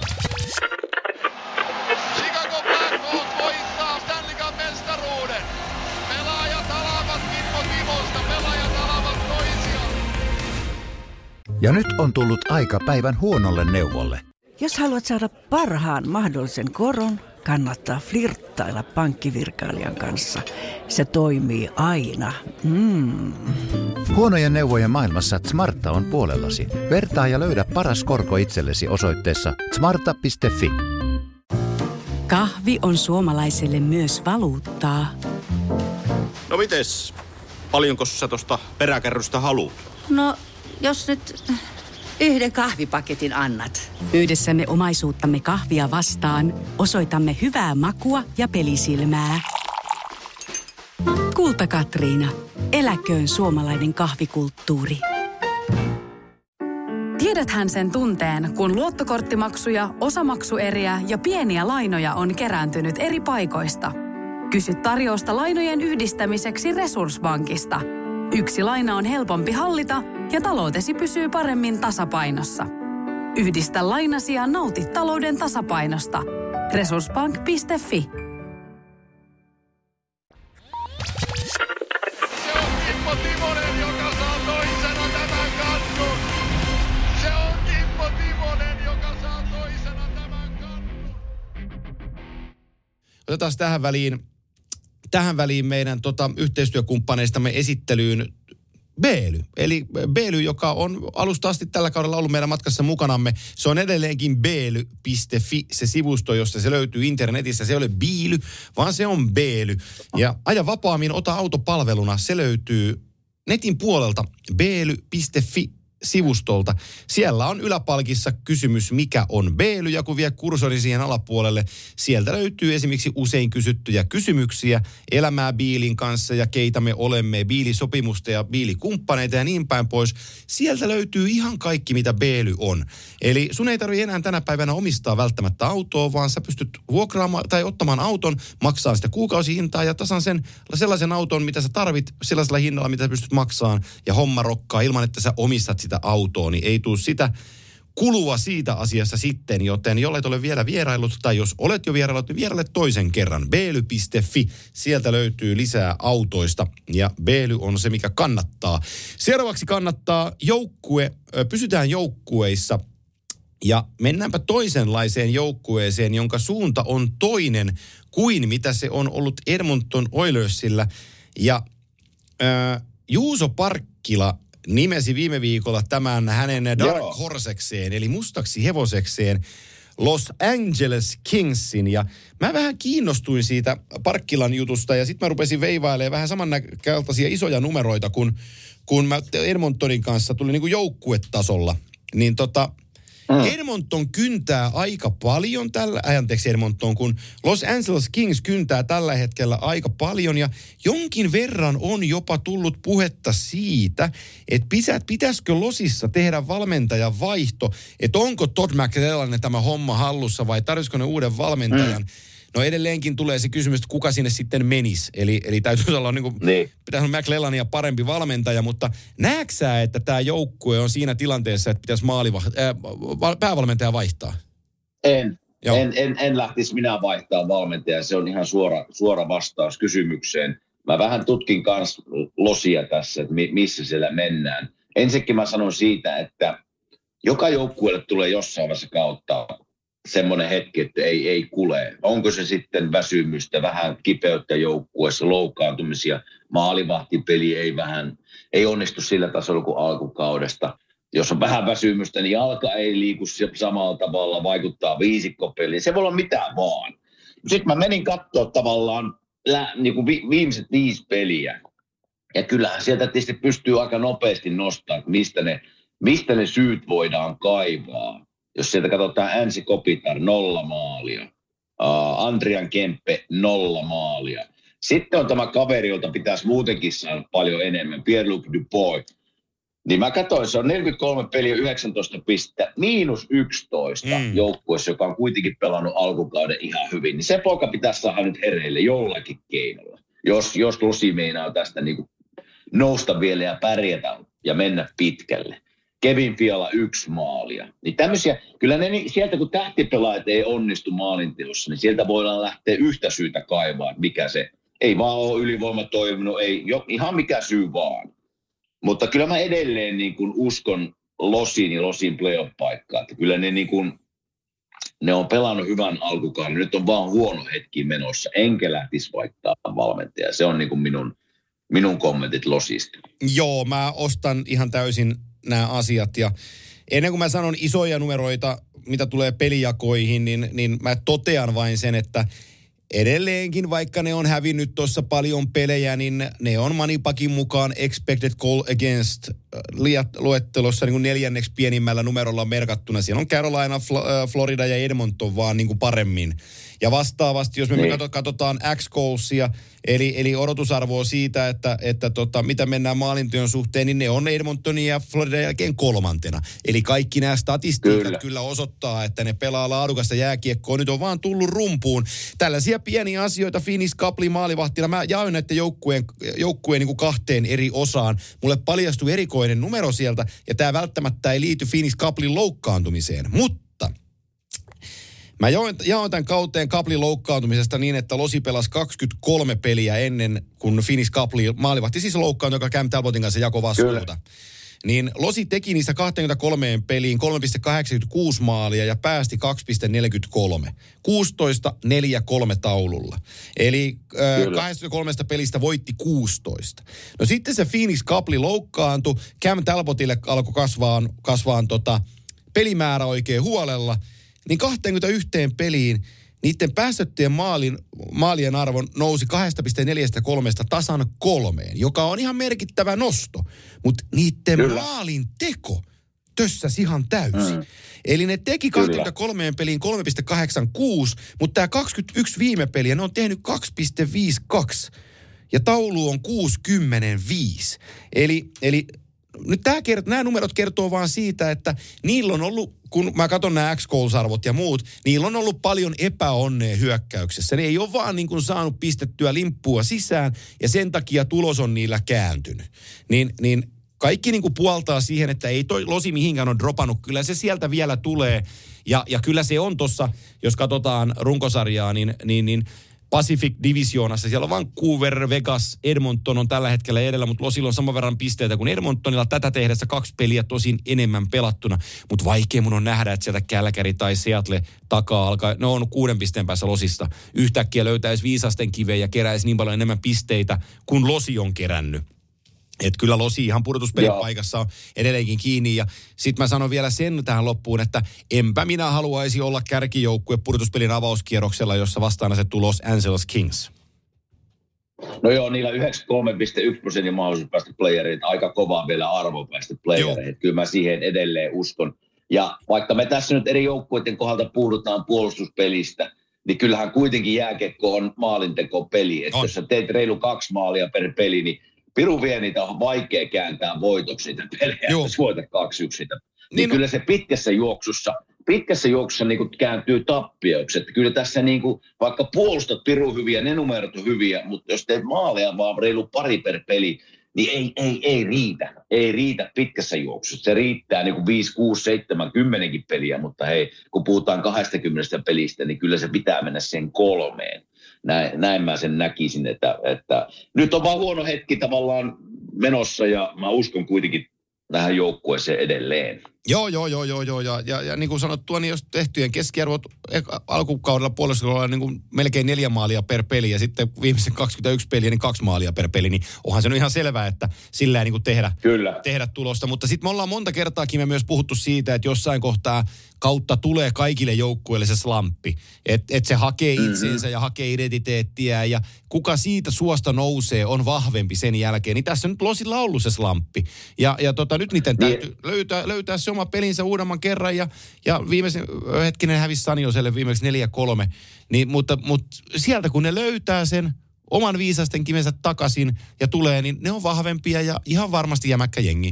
Chicago Blackhawks voittaa Stanley Cup -mestaruuden. Pelaajat alavat Kimmo Timosta, pelaajat alavat toisiaan. Ja nyt on tullut aika päivän huonolle neuvolle. Jos haluat saada parhaan mahdollisen koron, kannattaa flirttailla pankkivirkailijan kanssa. Se toimii aina. Huonojen neuvojen maailmassa Smarta on puolellasi. Vertaa ja löydä paras korko itsellesi osoitteessa smarta.fi. Kahvi on suomalaiselle myös valuuttaa. No mites? Paljonko sä tosta peräkärrystä haluat? No, jos nyt yhden kahvipaketin annat. Yhdessä me omaisuuttamme kahvia vastaan osoitamme hyvää makua ja pelisilmää. Kulta Katriina. Eläköön suomalainen kahvikulttuuri. Tiedäthän sen tunteen, kun luottokorttimaksuja, osamaksueriä ja pieniä lainoja on kerääntynyt eri paikoista. Kysy tarjousta lainojen yhdistämiseksi Resurssbankista. Yksi laina on helpompi hallita ja taloutesi pysyy paremmin tasapainossa. Yhdistä lainasi ja nauti talouden tasapainosta. Resurssbank.fi. Se on Kimmo Timonen, joka saa toisena tämän kannun. Se on Kimmo Timonen, joka saa toisena tämän kannun. Otetaan tähän väliin meidän yhteistyökumppaneistamme esittelyyn Beely. Eli Beely, joka on alusta asti tällä kaudella ollut meidän matkassa mukanamme. Se on edelleenkin beely.fi, se sivusto, josta se löytyy internetissä. Se ei ole Biily, vaan se on Beely. Ja aja vapaammin, ota autopalveluna. Se löytyy netin puolelta beely.fi sivustolta. Siellä on yläpalkissa kysymys, mikä on Beely, ja kun vie kursori siihen alapuolelle, sieltä löytyy esimerkiksi usein kysyttyjä kysymyksiä elämää Beelyn kanssa ja keitä me olemme, Beely-sopimusta ja Beely-kumppaneita ja niin päin pois. Sieltä löytyy ihan kaikki, mitä Beely on. Eli sun ei tarvitse enää tänä päivänä omistaa välttämättä autoa, vaan sä pystyt vuokraamaan tai ottamaan auton, maksaa sitä kuukausihintaa ja tasan sellaisen auton, mitä sä tarvit, sellaisella hinnalla, mitä sä pystyt maksamaan, ja homma rokkaa ilman, että sä omistat sitä autoa, niin ei tule sitä kulua siitä asiassa sitten, joten jollet ole vielä vierailut, tai jos olet jo vierailut, niin vieraile toisen kerran. Beely.fi, sieltä löytyy lisää autoista, ja Beely on se, mikä kannattaa. Seuraavaksi kannattaa pysytään joukkueissa, ja mennäänpä toisenlaiseen joukkueeseen, jonka suunta on toinen kuin mitä se on ollut Edmonton Oilersilla, ja Juuso Parkkila nimesi viime viikolla tämän hänen Dark Horsekseen, eli mustaksi hevosekseen, Los Angeles Kingsin. Ja mä vähän kiinnostuin siitä Parkkilan jutusta ja sitten mä rupesin veivailemaan vähän samankaltaisia isoja numeroita, kun mä Edmontonin kanssa tuli niin kuin joukkuetasolla. Niin Edmonton kyntää aika paljon kun Los Angeles Kings kyntää tällä hetkellä aika paljon ja jonkin verran on jopa tullut puhetta siitä, että pitäisikö Losissa tehdä valmentajan vaihto, että onko Todd McLellan tämä homma hallussa vai tarvitsisiko ne uuden valmentajan. No edelleenkin tulee se kysymys, että kuka sinne sitten menisi. Eli täytyy olla pitäisi olla McLellania parempi valmentaja, mutta näetkö sä, että tämä joukkue on siinä tilanteessa, että pitäisi päävalmentaja vaihtaa? En lähtisi minä vaihtaa valmentajaa. Se on ihan suora vastaus kysymykseen. Mä vähän tutkin kanssa Losia tässä, että missä siellä mennään. Ensinnäkin mä sanon siitä, että joka joukkueelle tulee jossain vaiheessa kautta semmoinen hetki, että ei kule. Onko se sitten väsymystä, vähän kipeyttä joukkueessa, loukkaantumisia, maalivahtipeli ei onnistu sillä tasolla kuin alkukaudesta. Jos on vähän väsymystä, niin jalka ei liiku samalla tavalla, vaikuttaa viisikkopeliin. Se voi olla mitään vaan. Sitten mä menin katsoa tavallaan niin kuin viimeiset 5 peliä. Ja kyllähän sieltä tietysti pystyy aika nopeasti nostamaan, mistä ne syyt voidaan kaivaa. Jos sieltä katsotaan Ansi Kopitar, 0 maalia. Andrian Kempe, 0 maalia. Sitten on tämä kaveri, jolta pitäisi muutenkin saada paljon enemmän, Pierre-Luc Dubois. Niin mä katsoin, se on 43 peliä, 19 pistettä, -11 joukkueessa, joka on kuitenkin pelannut alkukauden ihan hyvin. Niin se poika pitäisi saada nyt hereille jollakin keinolla. Jos Losi meinaa tästä niin kuin nousta vielä ja pärjätä ja mennä pitkälle. Kevin Fiala 1 maalia. Niin tämmöisiä, kyllä ne sieltä kun tähtipelaajat ei onnistu maalinteossa, niin sieltä voidaan lähteä yhtä syytä kaivaa, mikä se, ei vaan ole ylivoima toiminut, ei ihan mikä syy vaan. Mutta kyllä mä edelleen niin kuin uskon Losiin ja Losin playoff-paikkaan, että kyllä ne on pelannut hyvän alkukauden, nyt on vaan huono hetki menossa, enkä lähtisi vaihtaa valmentajaa. Se on niin kuin minun kommentit Losista. Joo, mä ostan ihan täysin nämä asiat ja ennen kuin mä sanon isoja numeroita, mitä tulee pelijakoihin, niin mä totean vain sen, että edelleenkin, vaikka ne on hävinnyt tuossa paljon pelejä, niin ne on Manipakin mukaan expected goal against luettelossa niin kuin 4. pienimmällä numerolla merkattuna. Siellä on Carolina, Florida ja Edmonton vaan niin kuin paremmin. Ja vastaavasti, jos me katsotaan X-goalsia, eli odotusarvoa siitä, että mitä mennään maalintyön suhteen, niin ne on Edmontonin ja Floridan jälkeen 3. Eli kaikki nämä statistiikat kyllä osoittaa, että ne pelaa laadukasta jääkiekkoa. Nyt on vaan tullut rumpuun. Tällaisia pieniä asioita Finis Kapli maalivahtina. Mä jaoin näiden joukkueen niin kuin 2 eri osaan. Mulle paljastui erikoinen numero sieltä, ja tämä välttämättä ei liity Finis Kaplin loukkaantumiseen. Mutta mä jaoin tämän kauteen Kaplin loukkaantumisesta niin, että Losi pelasi 23 peliä ennen kuin Finis Kapli maalivahti, siis loukkaantui, joka Cam Talbotin kanssa jako vastuuta. Kyllä. Niin Losi teki niistä 23 peliin 3,86 maalia ja päästi 2,43. 16-4-3 taululla. Eli 23 pelistä voitti 16. No sitten se Phoenix Kapli loukkaantui. Cam Talbotille alkoi kasvaa pelimäärä oikein huolella. Niin 21 peliin niiden päästettyjen maalien arvo nousi 2,43 tasan 3, joka on ihan merkittävä nosto. Mutta niiden maalin teko tössäsi ihan täysin. Eli ne teki 23 peliin 3,86, mutta tämä 21 viime peliä ne on tehnyt 2,52. Ja taulu on 65. Eli nyt nämä numerot kertoo vaan siitä, että niillä on ollut, kun mä katson nämä X-goals-arvot ja muut, niillä on ollut paljon epäonnea hyökkäyksessä. Ne ei ole vaan niin kuin saanut pistettyä limppua sisään ja sen takia tulos on niillä kääntynyt. Niin kaikki niin kuin puoltaa siihen, että ei toi Losi mihinkään on dropannut. Kyllä se sieltä vielä tulee ja kyllä se on tossa, jos katsotaan runkosarjaa, niin Pacific Divisionassa. Siellä on Vancouver, Vegas, Edmonton on tällä hetkellä edellä, mutta Losilla on saman verran pisteitä kuin Edmontonilla. Tätä tehdessä 2 peliä tosin enemmän pelattuna. Mutta vaikea mun on nähdä, että sieltä Calgary tai Seattle takaa alkaa, ne on 6 pisteen päässä Losista. Yhtäkkiä löytäisi viisasten kiveen ja keräisi niin paljon enemmän pisteitä kuin Losi on kerännyt. Että kyllä Losi ihan pudotuspelipaikassa on edelleenkin kiinni. Ja sitten mä sanon vielä sen tähän loppuun, että enpä minä haluaisi olla kärkijoukkue pudotuspelin avauskierroksella, jossa vastaan asettuu Los Angeles Kings. No joo, niillä 93,1% mahdollisuus päästä playereihin. Aika kovaa vielä arvo päästä playereihin. Kyllä mä siihen edelleen uskon. Ja vaikka me tässä nyt eri joukkueiden kohdalta puhutaan puolustuspelistä, niin kyllähän kuitenkin jääkiekko on maalintekopeli. Että jos sä teet reilu 2 maalia per peli, niin pirun vie niitä on vaikea kääntää voitoksi niitä pelejä, jos voitat 2-1 sitä. Niin kyllä se pitkässä juoksussa niin kuin kääntyy tappioksi. Että kyllä tässä niin kuin, vaikka puolustat pirun hyviä, ne numerot on hyviä, mutta jos teet maaleja vaan reilu pari per peli, niin ei riitä pitkässä juoksussa. Se riittää niin kuin 5, 6, 7, 10 peliä, mutta hei, kun puhutaan 20 pelistä, niin kyllä se pitää mennä sen 3. Näin mä sen näkisin, että nyt on vaan huono hetki tavallaan menossa ja mä uskon kuitenkin tähän joukkueeseen edelleen. Joo. Ja niin kuin sanottua, niin jos tehtyjen keskiarvot alkukaudella puolustuksella niin kuin melkein 4 maalia per peli ja sitten viimeisen 21 peliä niin 2 maalia per peli, niin onhan se nyt ihan selvää, että sillä ei niin kuin tehdä tulosta. Mutta sitten me ollaan monta kertaakin me myös puhuttu siitä, että jossain kohtaa kautta tulee kaikille joukkueille se slamppi. Että se hakee itseensä ja hakee identiteettiä ja kuka siitä suosta nousee on vahvempi sen jälkeen. Niin tässä nyt Losilla ollut se slamppi. Ja nyt niiden täytyy löytää se oma pelinsä uudemman kerran ja viimeisen hetkinen hävisi Sanioselle viimeksi 4-3. Niin, mutta sieltä kun ne löytää sen oman viisasten kivensä takaisin ja tulee, niin ne on vahvempia ja ihan varmasti jämäkkä jengi.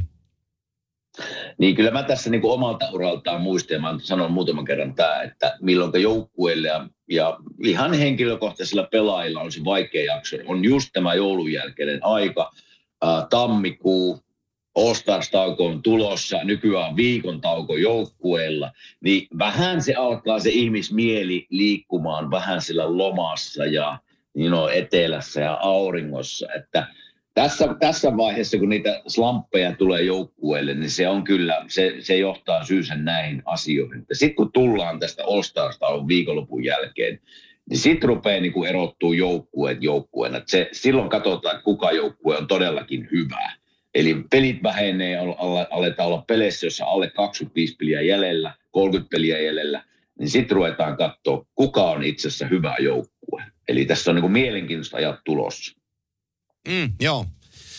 Niin kyllä mä tässä niin kuin omalta uraltaan muistan, ja mä sanon muutaman kerran tämä, että milloinka joukkueille ja ihan henkilökohtaisilla pelaajilla on se vaikea jakso, on just tämä joulun jälkeinen aika, tammikuu, All-Stars-tauko on tulossa, nykyään viikon tauko joukkueella, niin vähän se alkaa se ihmismieli liikkumaan vähän sillä lomassa ja etelässä ja auringossa, että tässä vaiheessa, kun niitä slamppeja tulee joukkueelle, niin se on kyllä, se johtaa syynsä näihin asioihin. Sitten kun tullaan tästä All-Stars-tauon viikonlopun jälkeen, niin sitten rupeaa niin kuin erottuu joukkueet joukkueena. Silloin katsotaan, että kuka joukkue on todellakin hyvä. Eli pelit vähenee, aletaan olla peleissä, jossa alle 25 peliä jäljellä, 30 peliä jäljellä, niin sitten ruvetaan katsoa, kuka on itse asiassa hyvä joukkue. Eli tässä on niin kuin mielenkiintoista ajat tulossa. Joo.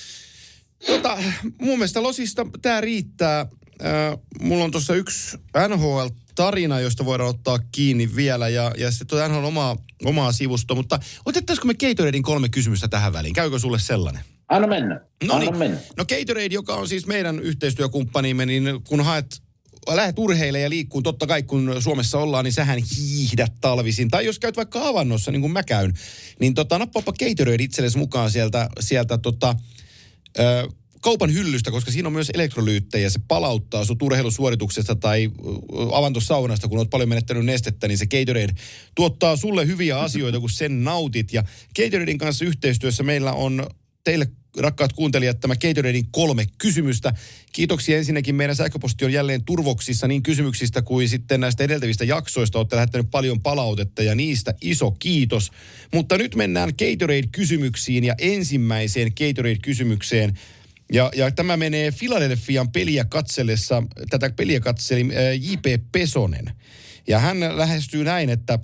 Mun mielestä Losista tämä riittää. Mulla on tuossa yksi NHL-tarina, josta voidaan ottaa kiinni vielä, ja sitten on NHL omaa sivustoa, mutta otettaisiko me Gatoraden 3 kysymystä tähän väliin? Käykö sulle sellainen? Anna mennä. No Gatorade, joka on siis meidän yhteistyökumppanimme, niin kun lähdet urheilemaan ja liikkuun, totta kai kun Suomessa ollaan, niin sähän hiihdät talvisin. Tai jos käyt vaikka avannossa, niin kuin mä käyn, niin nappaapa Gatorade itsellesi mukaan sieltä kaupan hyllystä, koska siinä on myös elektrolyyttejä. Se palauttaa sut urheilusuorituksesta tai avantosaunasta, kun oot paljon menettänyt nestettä, niin se Gatorade tuottaa sulle hyviä asioita, kun sen nautit. Ja Gatoraden kanssa yhteistyössä meillä on teille, rakkaat kuuntelijat, tämä Gatoraden 3 kysymystä. Kiitoksia ensinnäkin. Meidän sähköposti on jälleen turvoksissa niin kysymyksistä kuin sitten näistä edeltävistä jaksoista. Olette lähettäneet paljon palautetta ja niistä iso kiitos. Mutta nyt mennään Gatorade-kysymyksiin ja ensimmäiseen Gatorade-kysymykseen. Ja tämä menee Philadelphian peliä katsellessa, tätä peliä katseli J.P. Pesonen. Ja hän lähestyy näin, että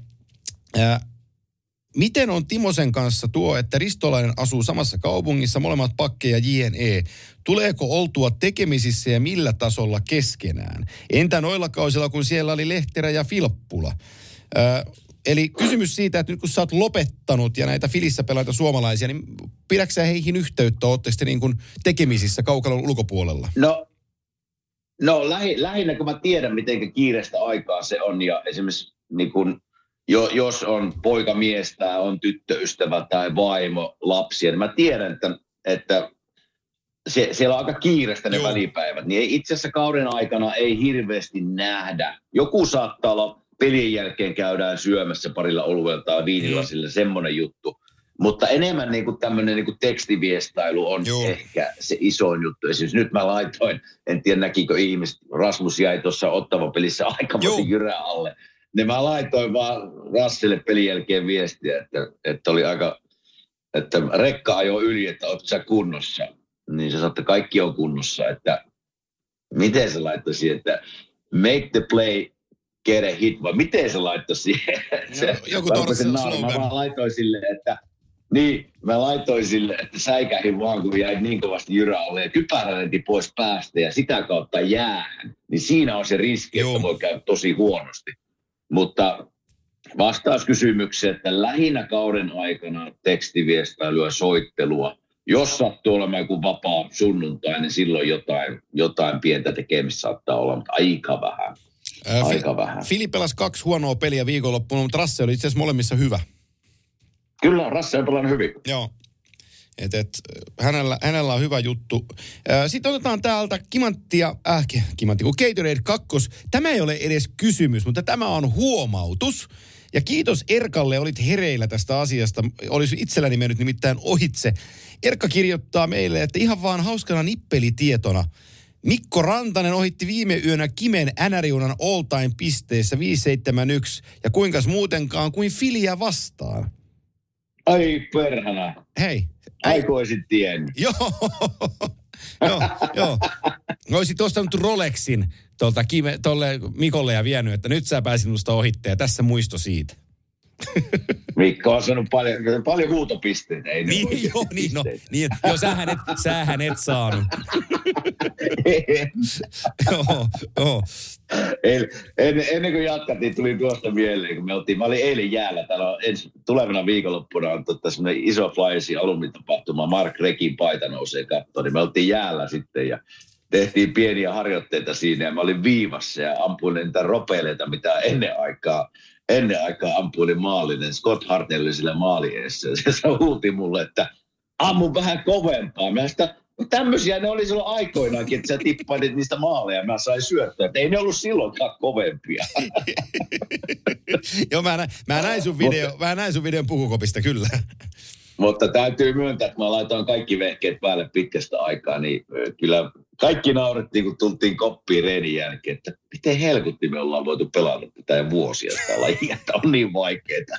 miten on Timosen kanssa tuo, että Ristolainen asuu samassa kaupungissa, molemmat pakkeja JNE? Tuleeko oltua tekemisissä ja millä tasolla keskenään? Entä noilla kausilla, kun siellä oli Lehterä ja Filppula? Eli kysymys siitä, että nyt kun sä oot lopettanut ja näitä Filissä pelaita suomalaisia, niin pidätkö sä heihin yhteyttä? Ootteko te niin kuin tekemisissä kaukalon ulkopuolella? No lähinnä kun mä tiedän, miten kiireistä aikaa se on ja esimerkiksi niin kun jos on poikamies tai on tyttöystävä tai vaimo, lapsia, niin mä tiedän, että siellä on aika kiireistä ne välipäivät. Niin itse asiassa kauden aikana ei hirveästi nähdä. Joku saattaa olla, pelien jälkeen käydään syömässä parilla oluella tai viinilasilla, semmoinen juttu. Mutta enemmän niin kuin tämmöinen niin kuin tekstiviestailu on ehkä se isoin juttu. Esimerkiksi nyt mä laitoin, en tiedä näkikö ihmiset, Rasmus jäi tuossa Ottavan pelissä aikamoisen jyrän alle. Niin mä laitoin vaan Rassille pelin jälkeen viestiä, että oli aika, että rekka ajoi yli, että oot sä kunnossa. niin se sanoi, että kaikki on kunnossa, että miten se laittoi siihen, että make the play, get a hit, vai miten se laittoi siihen? Joku torsen slogan. Mä laitoin sille, että säikähin vaan, kun jäi niin kovasti jyrä ja kypärälenti pois päästä ja sitä kautta jäähän. Niin siinä on se riski, että voi käydä tosi huonosti. Mutta vastaus kysymykseen, että lähinnä kauden aikana tekstiviestailyä, soittelua. Jos sattuu olemaan joku vapaa sunnuntai, niin silloin jotain pientä tekemistä saattaa olla, mutta aika vähän. Aika vähän. Fili pelasi 2 huonoa peliä viikonloppuna, mutta Rasse oli itse asiassa molemmissa hyvä. Kyllä, Rasse on pelannut hyvin. Joo. Hänellä on hyvä juttu. Sitten otetaan täältä kun Gatorade 2. Tämä ei ole edes kysymys, mutta tämä on huomautus. Ja kiitos Erkalle, olit hereillä tästä asiasta. Olisi itselläni mennyt nimittäin ohitse. Erkka kirjoittaa meille, että ihan vaan hauskana nippelitietona. Mikko Rantanen ohitti viime yönä Kimen NR-junan all-time pisteissä 571. Ja kuinkas muutenkaan kuin Filiä vastaan. Ai perhana. Hei. Aikoisin tiennyt. Joo. Olisit ostanut Rolexin tolle Mikolle ja vienyt, että nyt sä pääsit musta ohitteen ja tässä muisto siitä. Mikko on saanut paljon huutopisteitä. Sähän et saanut. Ennen kuin jatkattiin, tuli tuosta mieleen, kun mä olin eilen jäällä. Täällä on tulevana viikonloppuna on semmoinen iso Flyersin alumnitapahtuma. Mark Rekin paita nousee kattoon, niin me oltiin jäällä sitten ja tehtiin pieniä harjoitteita siinä ja mä olin viivassa ja ampuin niitä ropeileita, mitä ennen aikaa ampuin maalinen. Scott Hartnell oli sillä maali eessä ja se huuti mulle, että ammun vähän kovempaa. Mä sitä, tämmöisiä ne oli silloin aikoinaankin, että sä tippailit niistä maaleja ja mä sain syöttää. Että ei ne ollut silloinkaan kovempia. Joo, mä näin sun videon pukukopista, kyllä. Mutta täytyy myöntää, että mä laitoin kaikki vehkeet päälle pitkästä aikaa, niin kyllä kaikki naurettiin, kun tultiin koppiin reenin jälkeen, että miten helkutti me ollaan voitu pelata tätä vuosia tätä lajia, että on niin vaikeaa.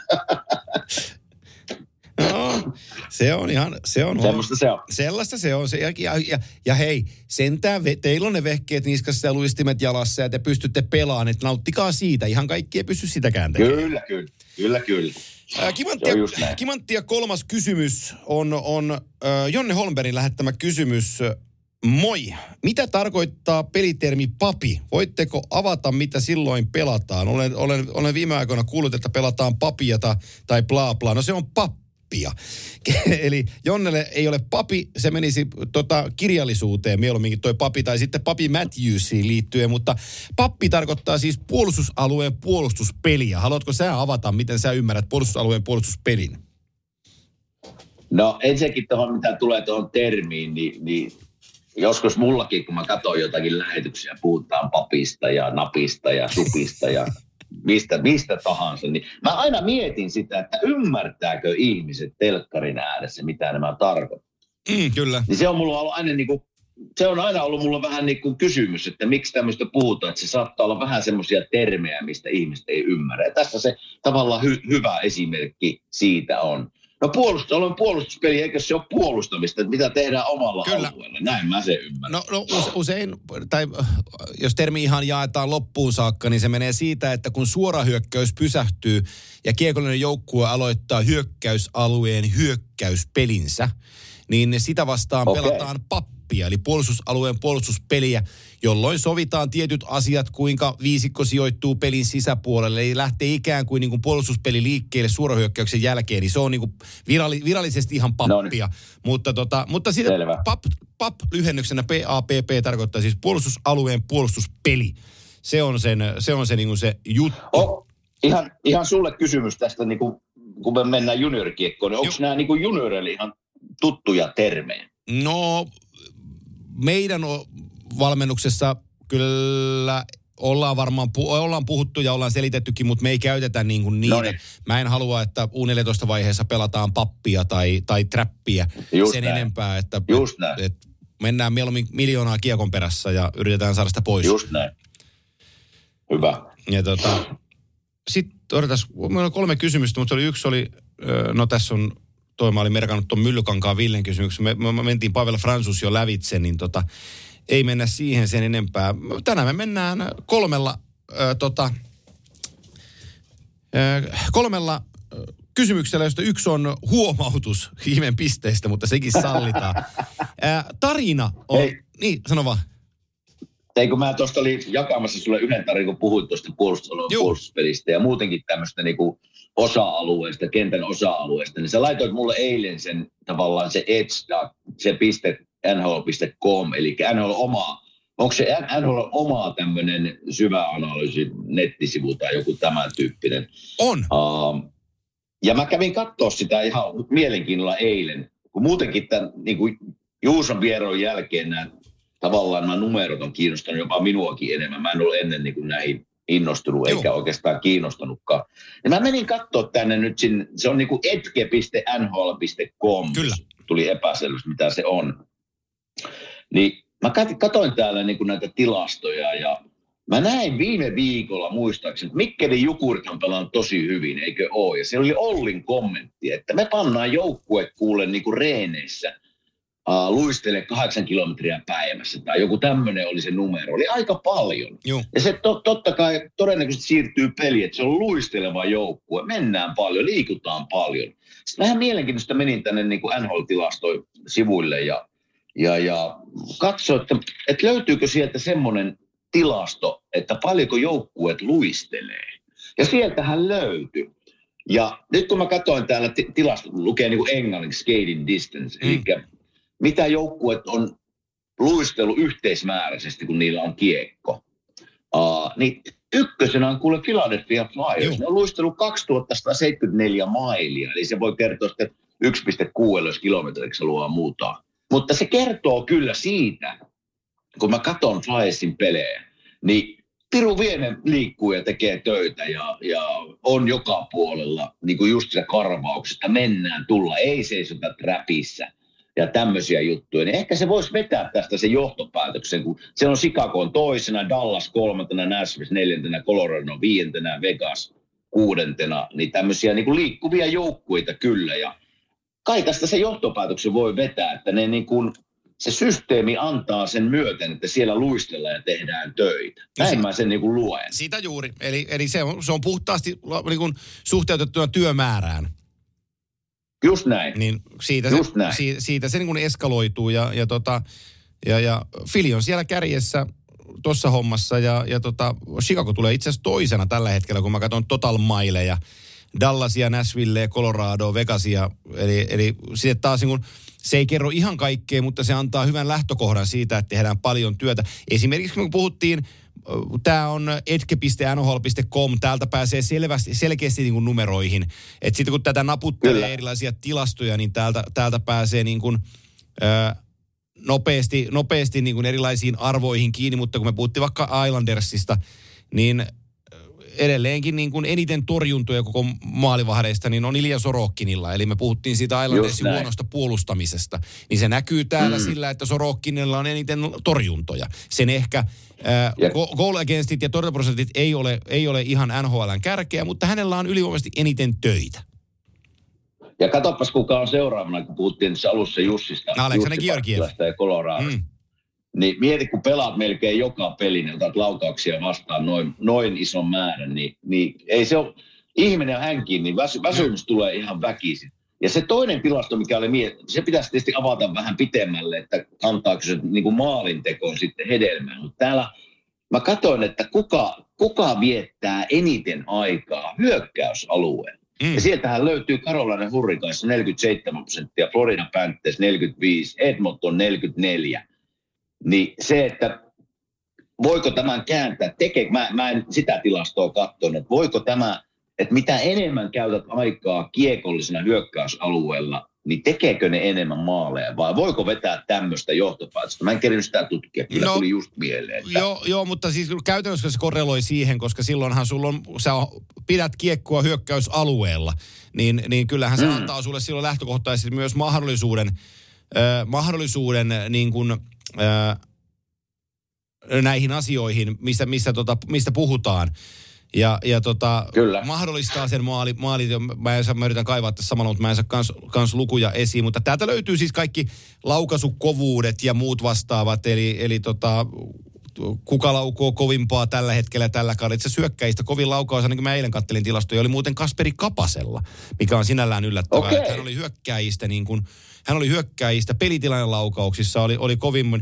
No, semmoista se on. Sellaista se on. Ja hei, sentään teillä on ne vehkeet niskassa ja luistimet jalassa ja te pystytte pelaamaan, että nauttikaa siitä. Ihan kaikki ei pysty sitäkään tekemään. Kyllä. Kimanttia 3. kysymys on Jonne Holmbergin lähettämä kysymys. Moi. Mitä tarkoittaa pelitermi papi? Voitteko avata, mitä silloin pelataan? Olen viime aikoina kuullut, että pelataan papia tai bla bla. No se on pappia. Eli Jonnelle ei ole papi, se menisi kirjallisuuteen mieluumminkin toi papi, tai sitten papi Matthewsiin liittyen, mutta pappi tarkoittaa siis puolustusalueen puolustuspeliä. Haluatko sä avata, miten sä ymmärrät puolustusalueen puolustuspelin? No ensinnäkin tuohon, mitä tulee tuohon termiin, niin joskus mullakin, kun mä katson jotakin lähetyksiä, puhutaan papista ja napista ja supista ja mistä tahansa, niin mä aina mietin sitä, että ymmärtääkö ihmiset telkkarin ääressä, mitä nämä tarkoittaa. Kyllä. Niin se on mulla ollut aina se on aina ollut mulla vähän niin kuin kysymys, että miksi tämmöistä puhutaan, että se saattaa olla vähän semmoisia termejä, mistä ihmiset ei ymmärrä. Ja tässä se tavallaan hyvä esimerkki siitä on. No puolustuspeli, eikö se ole puolustamista, että mitä tehdään omalla alueella? Näin mä sen ymmärrän. No usein, tai jos termi ihan jaetaan loppuun saakka, niin se menee siitä, että kun suorahyökkäys pysähtyy ja kiekollinen joukkue aloittaa hyökkäysalueen hyökkäyspelinsä, niin sitä vastaan pelataan pappia, eli puolustusalueen puolustuspeliä, jolloin sovitaan tietyt asiat, kuinka viisikko sijoittuu pelin sisäpuolelle, eli lähtee ikään kuin puolustuspeli liikkeelle suorahyökkäyksen jälkeen, niin se on niin kuin virallisesti ihan pappia. Mutta sitten PAP lyhennyksenä PAPP tarkoittaa siis puolustusalueen puolustuspeli. Se on se niin kuin se juttu. Ihan sulle kysymys tästä, niin kuin, kun me mennään juniorikiekkoon, niin onko nämä niin kuin junioreille ihan tuttuja termejä? No, meidän valmennuksessa kyllä ollaan puhuttu ja ollaan selitettykin, mutta me ei käytetä niin kuin niitä. Noniin. Mä en halua, että U14-vaiheessa pelataan pappia tai trappia sen enempää, että mennään mieluummin miljoonaa kiekon perässä ja yritetään saada sitä pois. Just näin. Hyvä. Ja sitten odotas, meillä on 3 kysymystä, mutta yksi oli, no tässä on mä olin merkannut tuon Myllykankaan Villen kysymyksen. Me mentiin Pavel Fransus jo lävitse, niin ei mennä siihen sen enempää. Tänään me mennään kolmella kysymyksellä, josta yksi on huomautus Himen pisteistä, mutta sekin sallitaan. Tarina on... Hei. Niin, sano vaan. Eikö mä tuosta olin jakamassa sulle yhden tarinan, kun puhuit tuosta puolustuspelistä ja muutenkin tämmöistä niinku osa-alueesta, kentän osa-alueesta, niin sä laitoit mulle eilen sen tavallaan se se .nhl.com, eli NHL omaa. Onko se NHL omaa tämmöinen syvä analyysi nettisivu tai joku tämän tyyppinen? On. Ja mä kävin katsoa sitä ihan mielenkiinnolla eilen, kun muutenkin tämän niin kuin Juuson vieron jälkeen nämä numerot on kiinnostanut jopa minuakin enemmän. Mä en ole ennen niin kuin näihin innostunut eikä oikeastaan kiinnostanutkaan. Ja mä menin katsoa tänne nyt, se on niin kuin etke.nhl.com. Kyllä. Tuli epäselvyys, mitä se on. Niin mä katsoin täällä niin kuin näitä tilastoja ja mä näin viime viikolla muistaakseni, että Mikkelin Jukurit on pelannut tosi hyvin, eikö ole? Ja siellä oli Ollin kommentti, että me pannaan joukkue kuule niin kuin reeneissä luistele 8 kilometriä päivässä tai joku tämmöinen oli se numero. Oli aika paljon. Joo. Ja se totta kai todennäköisesti siirtyy peliin, että se on luisteleva joukkue. Mennään paljon, liikutaan paljon. Sitten vähän mielenkiintoista menin tänne niin kuin NHL-tilastojen sivuille ja katsoin, että löytyykö sieltä semmoinen tilasto, että paljonko joukkueet luistelee. Ja sieltähän löytyi. Ja nyt kun mä katsoin täällä tilasto, lukee niin kuin englanniksi skating distance, eli mitä joukkueet on luistellut yhteismääräisesti, kun niillä on kiekko. Niin ykkösenä on kuule Philadelphia Flyers. Ne on luistellut 2174 mailia, eli se voi kertoa sitten 1,6 kilometriksi luo muuta. Mutta se kertoo kyllä siitä, kun mä katson Flyersin pelejä, niin Piru Vienen liikkuu ja tekee töitä ja on joka puolella, niin kuin just se karvauksesta, mennään, tulla, ei seisota trapissa ja tämmöisiä juttuja. Niin ehkä se voisi vetää tästä sen johtopäätöksen, kun siellä on Chicago on toisena, Dallas 3, Nashville 4, Colorado 5, Vegas 6, niin tämmöisiä niin kuin liikkuvia joukkueita kyllä ja kai tästä se johtopäätöksen voi vetää, että ne niin kuin, se systeemi antaa sen myöten, että siellä luistellaan ja tehdään töitä. Näin mä sen niin kuin luen. Sitä juuri. Eli se on puhtaasti niin kuin suhteutettuna työmäärään. Just näin. Niin siitä se niin kuin eskaloituu ja Philly on siellä kärjessä tuossa hommassa ja Chicago tulee itse asiassa toisena tällä hetkellä, kun mä katson Total Mileja. Dallasia, Nashville, Colorado, Vegasia. Eli sitten taas niin kun, se ei kerro ihan kaikkea, mutta se antaa hyvän lähtökohdan siitä, että tehdään paljon työtä. Esimerkiksi kun puhuttiin, tämä on etke.nhl.com, täältä pääsee selkeästi niin kuin numeroihin. Että sitten kun tätä naputtelee erilaisia tilastoja, niin täältä pääsee niin kuin, nopeasti niin kuin erilaisiin arvoihin kiinni. Mutta kun me puhuttiin vaikka Islandersista, niin edelleenkin niin kuin eniten torjuntoja koko maalivahdeista, niin on Ilja Sorokkinilla. Eli me puhuttiin siitä Islandersin huonosta puolustamisesta. Niin se näkyy täällä sillä, että Sorokkinilla on eniten torjuntoja. Sen ehkä goal againstit ja torjuntaprosentit ei ole ihan NHL:n kärkeä, mutta hänellä on ylivoimaisesti eniten töitä. Ja katsopas kuka on seuraavana, kun puhuttiin tässä alussa Jussista. Aleksander Georgiev. Ja Coloradosta. Niin mieti, kun pelaat melkein joka peli, niin otat laukauksia vastaan noin ison määrän, niin ei se ole, ihminen hänkin, niin väsymys tulee ihan väkisin. Ja se toinen tilasto, mikä oli se pitäisi tietysti avata vähän pitemmälle, että antaako se niin kuin maalintekoon sitten hedelmää. Mutta täällä mä katsoin, että kuka viettää eniten aikaa hyökkäysalueella. Ja sieltähän löytyy Carolina Hurricanes 47%, Florida Panthers 45%, Edmonton 44%. Niin se, että voiko tämän kääntää, mä en sitä tilastoa katsonut, että voiko tämä, että mitä enemmän käytät aikaa kiekollisena hyökkäysalueella, niin tekeekö ne enemmän maaleja vai voiko vetää tämmöistä johtopäätöstä? Mä en kerinyt sitä tutkia, kyllä tuli just mieleen. Että... Joo, mutta siis käytännössä se korreloi siihen, koska silloinhan sä pidät kiekkoa hyökkäysalueella, niin kyllähän se antaa sulle silloin lähtökohtaisesti myös mahdollisuuden niin kuin näihin asioihin, mistä puhutaan. Ja mahdollistaa sen maalit. Mä yritän kaivaa tässä samalla, mutta mä en saa kans lukuja esiin. Mutta täältä löytyy siis kaikki laukaisukovuudet ja muut vastaavat. Eli kuka laukoo kovimpaa tällä hetkellä tällä kaudella. Itse syökkäistä kovin laukaus, niin kuin mä eilen kattelin tilastoja, oli muuten Kasperi Kapasella, mikä on sinällään yllättävää. Okay. Hän oli hyökkäjistä pelitilanne laukauksissa, oli kovimmin.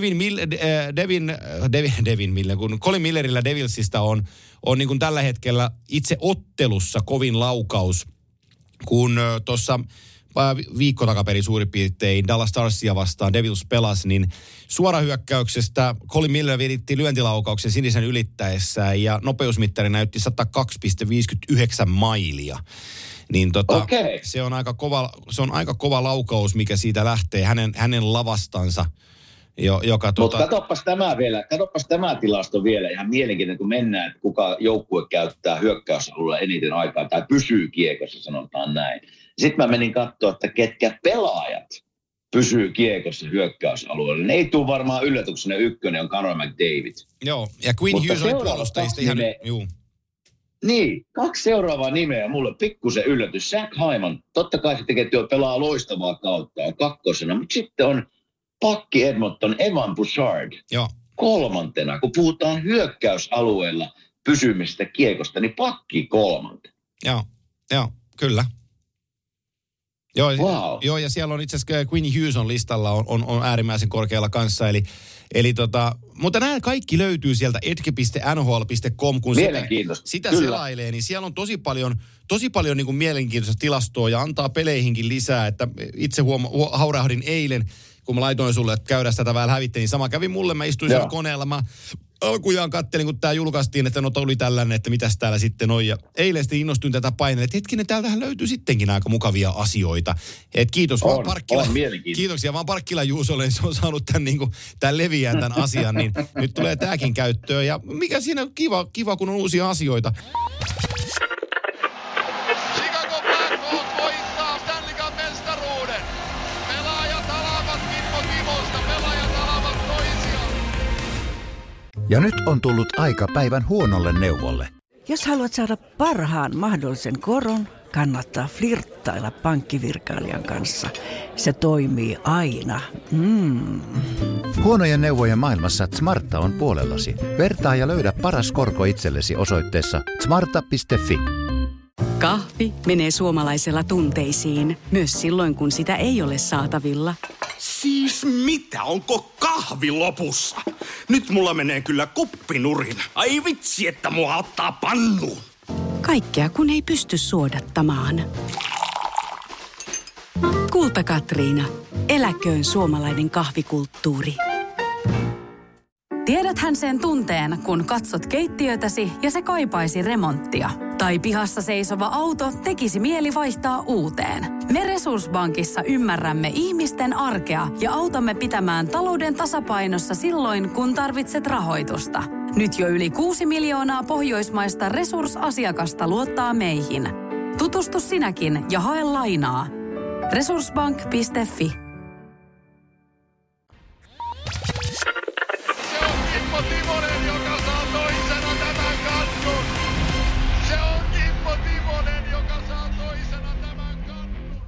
Kun Colin Millerillä Devilsistä on niin kuin tällä hetkellä itse ottelussa kovin laukaus, kun tuossa viikko takaperin suurin piirtein Dallas Starsia vastaan Devils pelasi, niin suorahyökkäyksestä Colin Miller viritti lyöntilaukauksen sinisen ylittäessään ja nopeusmittari näytti 102,59 mailia. Niin se on aika kova laukaus, mikä siitä lähtee hänen lavastansa. Mutta katoppas tämä tilasto vielä, ihan mielenkiintoinen, kun mennään, että kuka joukkue käyttää hyökkäysalueella eniten aikaa tai pysyy kiekossa, sanotaan näin. Sitten mä menin katsoa, että ketkä pelaajat pysyy kiekossa hyökkäysalueella. Ne ei tule varmaan yllätyksenä, ykkönen on Connor McDavid. Joo, ja Quinn Hughes oli puolustajista ihan... Niin, 2 seuraavaa nimeä mulle pikkusen yllätys. Zach Hyman, totta kai se tekee pelaa loistavaa kautta, on 2, mutta sitten on pakki Edmonton Evan Bouchard. Joo. 3, kun puhutaan hyökkäysalueella pysymistä kiekosta, niin pakki 3. Joo, kyllä. Joo, wow. Joo, ja siellä on itse asiassa Quinn Hughes on listalla, on äärimmäisen korkealla kanssa, eli mutta nämä kaikki löytyy sieltä etke.nhl.com, kun sitä selailee, niin siellä on tosi paljon niin kuin mielenkiintoista tilastoa ja antaa peleihinkin lisää, että itse haurahdin eilen, kun mä laitoin sulle, että käydä tätä vähän hävitteen, niin sama kävi mulle, mä istuin siellä koneella, mä alkujaan kattelin, kun tää julkaistiin, että oli tällainen, että mitäs täällä sitten on. Ja eilen sitten innostuin tätä painella, että hetkinen, täältähän löytyy sittenkin aika mukavia asioita. Et kiitos vaan kiitoksia vaan Parkkilan Juusolle, se on saanut tämän leviää tämän asian, niin nyt tulee tääkin käyttöön. Ja mikä siinä kiva kun on uusia asioita. Chicago Blackhawks voittaa Stanley Cup -mestaruuden. Pelaajat alavat Kimmo Timosta, pelaajat alavat toisiaan. Ja nyt on tullut aika päivän huonolle neuvolle. Jos haluat saada parhaan mahdollisen koron, kannattaa flirttailla pankkivirkailijan kanssa. Se toimii aina. Huonojen neuvojen maailmassa Smarta on puolellasi. Vertaa ja löydä paras korko itsellesi osoitteessa smarta.fi. Kahvi menee suomalaisella tunteisiin, myös silloin kun sitä ei ole saatavilla. Siis mitä? Onko kahvi lopussa? Nyt mulla menee kyllä kuppinurin. Ai vitsi, että mua ottaa pannuun. Kaikkea kun ei pysty suodattamaan. Kulta Katriina. Eläköön suomalainen kahvikulttuuri. Tiedäthän sen tunteen, kun katsot keittiötäsi ja se kaipaisi remonttia. Tai pihassa seisova auto tekisi mieli vaihtaa uuteen. Me Resurssbankissa ymmärrämme ihmisten arkea ja autamme pitämään talouden tasapainossa silloin, kun tarvitset rahoitusta. Nyt jo yli 6 miljoonaa pohjoismaista resursasiakasta luottaa meihin. Tutustu sinäkin ja hae lainaa. Resurssbank.fi. Kimmo Timonen, joka saa toisena tämän kannun. Se on Kimmo Timonen, joka saa toisena tämän kannun.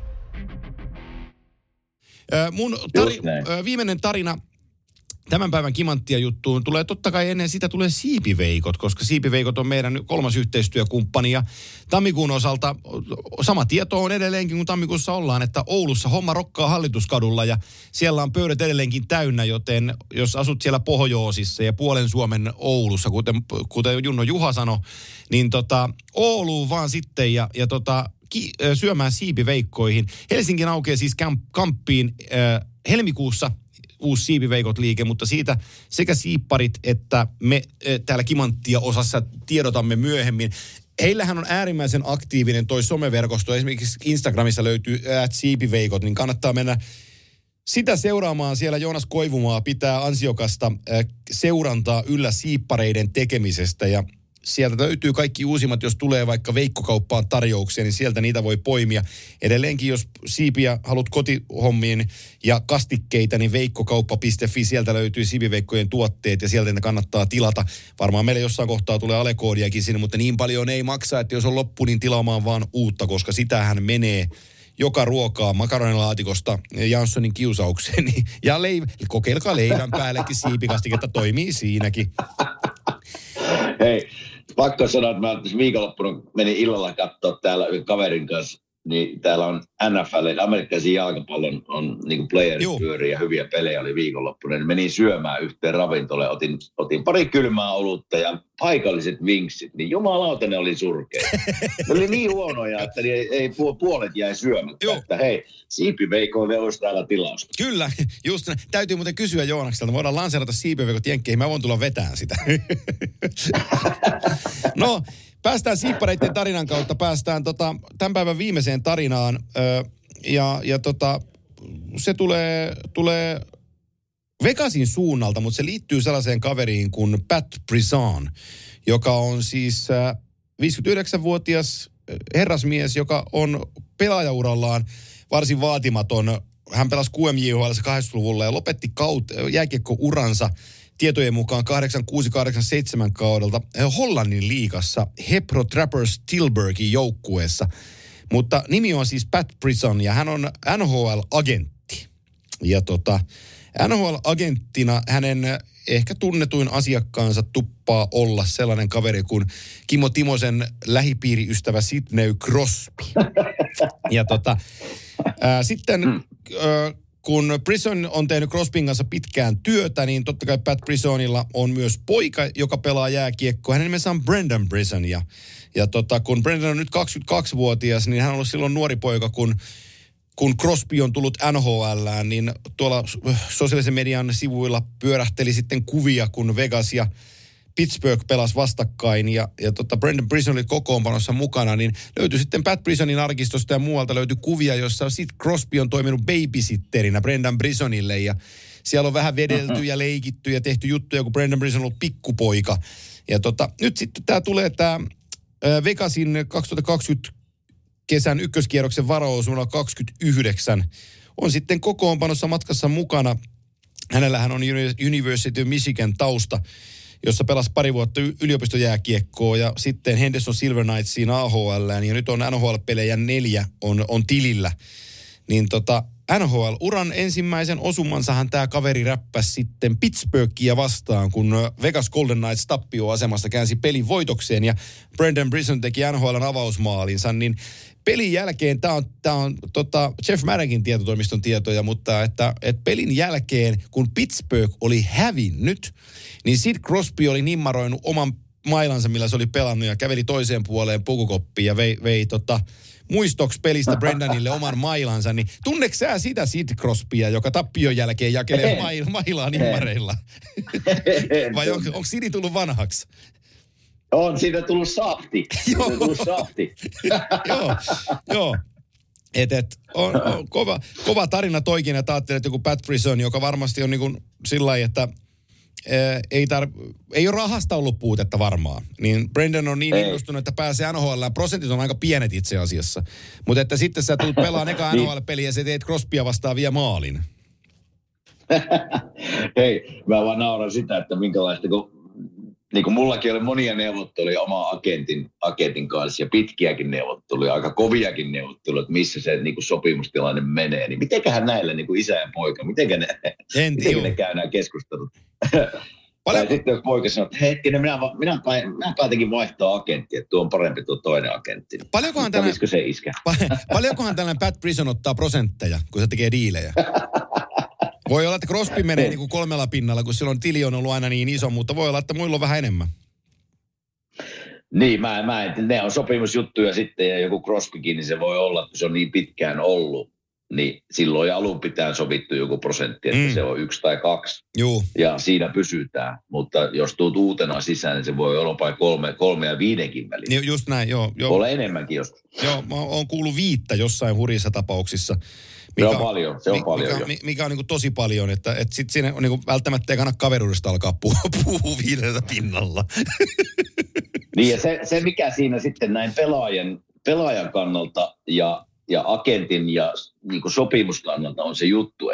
Mun viimeinen tarina tämän päivän kimanttia juttuun tulee totta kai ennen sitä tulee Siipiveikot, koska Siipiveikot on meidän 3. yhteistyökumppani ja tammikuun osalta sama tieto on edelleenkin, kun tammikuussa ollaan, että Oulussa homma rokkaa Hallituskadulla ja siellä on pöydät edelleenkin täynnä, joten jos asut siellä Pohjoisissa ja puolen Suomen Oulussa, kuten Junno Juha sanoi, niin Ouluun vaan sitten ja syömään Siipiveikkoihin. Helsingin aukeaa siis kamppiin helmikuussa uusi Siipiveikot-liike, mutta siitä sekä siipparit että me täällä Kimanttia-osassa tiedotamme myöhemmin. Heillähän on äärimmäisen aktiivinen toi someverkosto. Esimerkiksi Instagramissa löytyy @siipiveikot, niin kannattaa mennä sitä seuraamaan. Siellä Joonas Koivumaa pitää ansiokasta seurantaa yllä siippareiden tekemisestä. Ja sieltä löytyy kaikki uusimmat, jos tulee vaikka Veikkokauppaan tarjouksia, niin sieltä niitä voi poimia. Edelleenkin, jos siipiä haluat kotihommiin ja kastikkeita, niin veikkokauppa.fi, sieltä löytyy siipiveikkojen tuotteet ja sieltä ne kannattaa tilata. Varmaan meille jossain kohtaa tulee alekoodiakin sinne, mutta niin paljon ei maksa, että jos on loppu, niin tilaamaan vaan uutta, koska sitähän menee joka ruokaa makaronilaatikosta Janssonin kiusaukseen. Ja kokeilkaa leivän päällekin siipikastiketta, toimii siinäkin. Hei, pakko sanoa, että mä viikonloppuna menin illalla katsoa täällä kaverin kanssa, niin täällä on NFL, amerikkalaisen jalkapallon on niin kuin playerit pyörii ja hyviä pelejä oli viikonloppuna. Niin menin syömään yhteen ravintoleen, otin pari kylmää olutta ja paikalliset vinksit, niin jumalauta ne oli surkeita. Ne oli niin huonoja, että ei puolet jäi syömättä. Joo. Että hei, siipiveikoille olisi täällä tilausta. Kyllä, just näin. Täytyy muuten kysyä Joonakselta, voidaan lanseerata siipiveikot jenkkeihin, mä voin tulla vetään sitä. No, päästään siippareiden tarinan kautta, päästään tämän päivän viimeiseen tarinaan. Se tulee Vegasin suunnalta, mutta se liittyy sellaiseen kaveriin kuin Pat Brisson, joka on siis 59-vuotias herrasmies, joka on pelaajaurallaan varsin vaatimaton. Hän pelasi QMJHL 80-luvulla ja lopetti jääkiekko-uransa tietojen mukaan 86-87 kaudelta Hollannin liigassa Hepro Trappers Tilburgin joukkueessa. Mutta nimi on siis Pat Brisson ja hän on NHL-agentti. Ja NHL-agenttina hänen ehkä tunnetuin asiakkaansa tuppaa olla sellainen kaveri kuin Kimmo Timosen lähipiiriystävä Sidney Crosby. Ja sitten kun Brisson on tehnyt Crosbyn kanssa pitkään työtä, niin totta kai Pat Brissonilla on myös poika, joka pelaa jääkiekkoa. Hänen nimensä on Brendan Brisson. Ja kun Brendan on nyt 22-vuotias, niin hän on ollut silloin nuori poika, kun Crosby on tullut NHLään, niin tuolla sosiaalisen median sivuilla pyörähteli sitten kuvia, kun Vegas ja Pittsburgh pelasi vastakkain ja Brendan Brisson oli kokoonpanossa mukana, niin löytyi sitten Pat Brissonin arkistosta ja muualta löytyi kuvia, jossa Sid Crosby on toiminut babysitterinä Brendan Brissonille ja siellä on vähän vedelty ja leikitty ja tehty juttuja, kun Brendan Brisson on ollut pikkupoika. Ja nyt sitten tulee tämä Vegasin 2020 kesän ykköskierroksen varaus vuonna 2029 on sitten kokoonpanossa matkassa mukana. Hänellähän on University of Michigan tausta, jossa pelasi pari vuotta yliopistojääkiekkoa ja sitten Henderson Silver Knightsiin AHL:ään ja nyt on NHL-pelejä 4 on tilillä. Niin NHL-uran ensimmäisen osumansahan tämä kaveri räppäsi sitten Pittsburghia vastaan, kun Vegas Golden Knights tappioasemasta käänsi pelin voitokseen ja Brendan Brisson teki NHL:n avausmaalinsa, niin pelin jälkeen, tämä on Jeff Maddoxin tietotoimiston tietoja, mutta että pelin jälkeen, kun Pittsburgh oli hävinnyt, niin Sid Crosby oli nimmaroinut oman mailansa, millä se oli pelannut ja käveli toiseen puoleen pukukoppiin ja vei muistoksi pelistä Brendanille oman mailansa, niin tunneeko sä sitä Sid Crosbya, joka tappion jälkeen jakelee mailaa nimmareilla? Vai onko Sidi tullut vanhaksi? On siitä tullut safti. Joo. On kova tarina toikin, että ajattelet, että joku Pat Brisson, joka varmasti on niin kuin sillä lailla, että ei ole rahasta ollut puutetta varmaan. Niin Brendan on niin innostunut, että pääsee NHL. Prosentit on aika pienet itse asiassa. Mutta että sitten sä tulet pelaamaan eka NHL-peliä ja sä teet Crosbya vastaan vielä maalin. Hei, mä vaan nauran sitä, että minkälaista, niin kuin mullakin oli monia neuvotteluja oma agentin kanssa ja pitkiäkin neuvotteluja, aika koviakin neuvotteluja, että missä se niin kuin sopimustilanne menee. Niin mitenköhän näillä niin kuin isä ja poika, mitenkä ne käy nämä keskustelut? Tai sitten jos poika sanoo, että hetkinen, minä päätinkin vaihtaa agenttia, että tuo on parempi tuo toinen agentti. Paljonkohan tällainen Pat Brisson ottaa prosentteja, kun se tekee diilejä? Voi olla, että Crosby menee niin kuin 3 pinnalla, kun silloin tili on ollut aina niin iso, mutta voi olla, että muilla on vähän enemmän. Niin, ne on sopimusjuttuja sitten ja joku Crosbykin, niin se voi olla, että se on niin pitkään ollut. Niin silloin ja alun pitää sovittu joku prosentti, että se on 1 tai 2. Juu. Ja siinä pysytään. Mutta jos tuut uutena sisään, niin se voi olla jopa 3 ja 5 väliin. Niin, just näin, joo. Ole enemmänkin joskus. Joo, mä oon kuullut 5 jossain hurjissa tapauksissa. Se on paljon. Mikä on niin kuin tosi paljon, että sitten siinä on niin kuin välttämättä ei kannata kaveruudesta alkaa puhua 5 pinnalla. Niin ja se mikä siinä sitten näin pelaajan kannalta ja agentin ja niin kuin sopimuskannalta on se juttu,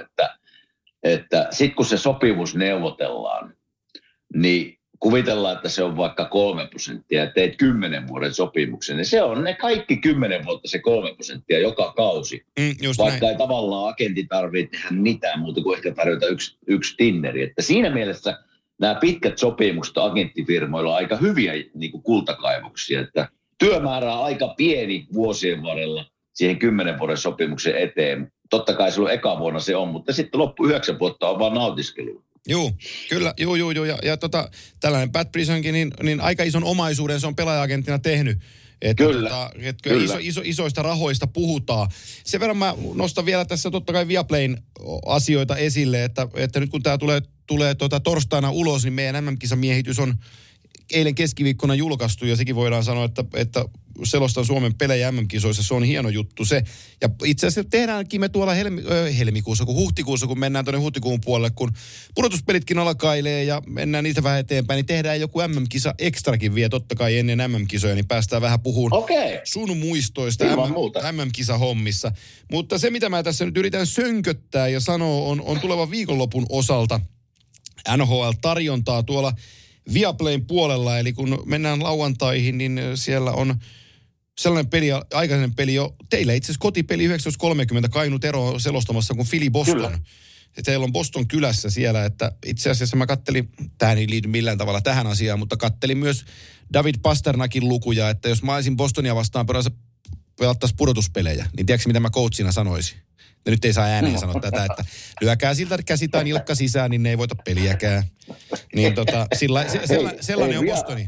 että sitten kun se sopimus neuvotellaan, niin kuvitellaan, että se on vaikka 3% ja teet 10 vuoden sopimuksen, niin se on ne kaikki 10 vuotta se 3% joka kausi. Vaikka näin. Ei tavallaan agentti tarvitse tehdä mitään muuta kuin ehkä tarjota yksi tinneri. Että siinä mielessä nämä pitkät sopimukset agenttifirmoilla on aika hyviä niin kuin kultakaivoksia, että työmäärä on aika pieni vuosien varrella siihen 10 vuoden sopimuksen eteen. Totta kai silloin eka vuonna se on, mutta sitten loppu 9 vuotta on vaan nautiskelua. Joo, kyllä, joo. Ja tällainen Pat Brisonkin, niin aika ison omaisuuden se on pelaaja-agentina tehnyt. Kyllä. Isoista rahoista puhutaan. Sen verran mä nostan vielä tässä totta kai Viaplayn asioita esille, että nyt kun tämä tulee torstaina ulos, niin meidän MM-kisamiehitys on eilen keskiviikkona julkaistu, ja sekin voidaan sanoa, että selostan Suomen pelejä MM-kisoissa, se on hieno juttu se. Ja itse asiassa tehdäänkin me tuolla helmikuussa, kun huhtikuussa, kun mennään tuonne huhtikuun puolelle, kun pudotuspelitkin alkailee ja mennään niitä vähän eteenpäin, niin tehdään joku MM-kisa ekstrakin vielä totta kai ennen MM-kisoja, niin päästään vähän puhumaan sun muistoista MM-kisahommissa. Mutta se, mitä mä tässä nyt yritän sönköttää ja sanoa, on tulevan viikonlopun osalta NHL-tarjontaa tuolla Viaplayn puolella, eli kun mennään lauantaihin, niin siellä on sellainen peli, aikainen peli jo, teillä itse asiassa kotipeli 19.30 Kainu Tero selostamassa kuin Philly Boston. Kyllä. Ja teillä on Boston kylässä siellä, että itse asiassa mä kattelin, tähän ei liity millään tavalla tähän asiaan, mutta kattelin myös David Pasternakin lukuja, että jos mä olisin Bostonia vastaan pelattaisiin pudotuspelejä, niin tiedätkö mitä mä coachina sanoisin? Ja nyt ei saa ääneen sanoa tätä, että lyökää siltä käsi tai nilkka sisään, niin ne ei voita peliäkään. Niin sellainen on Bostoni.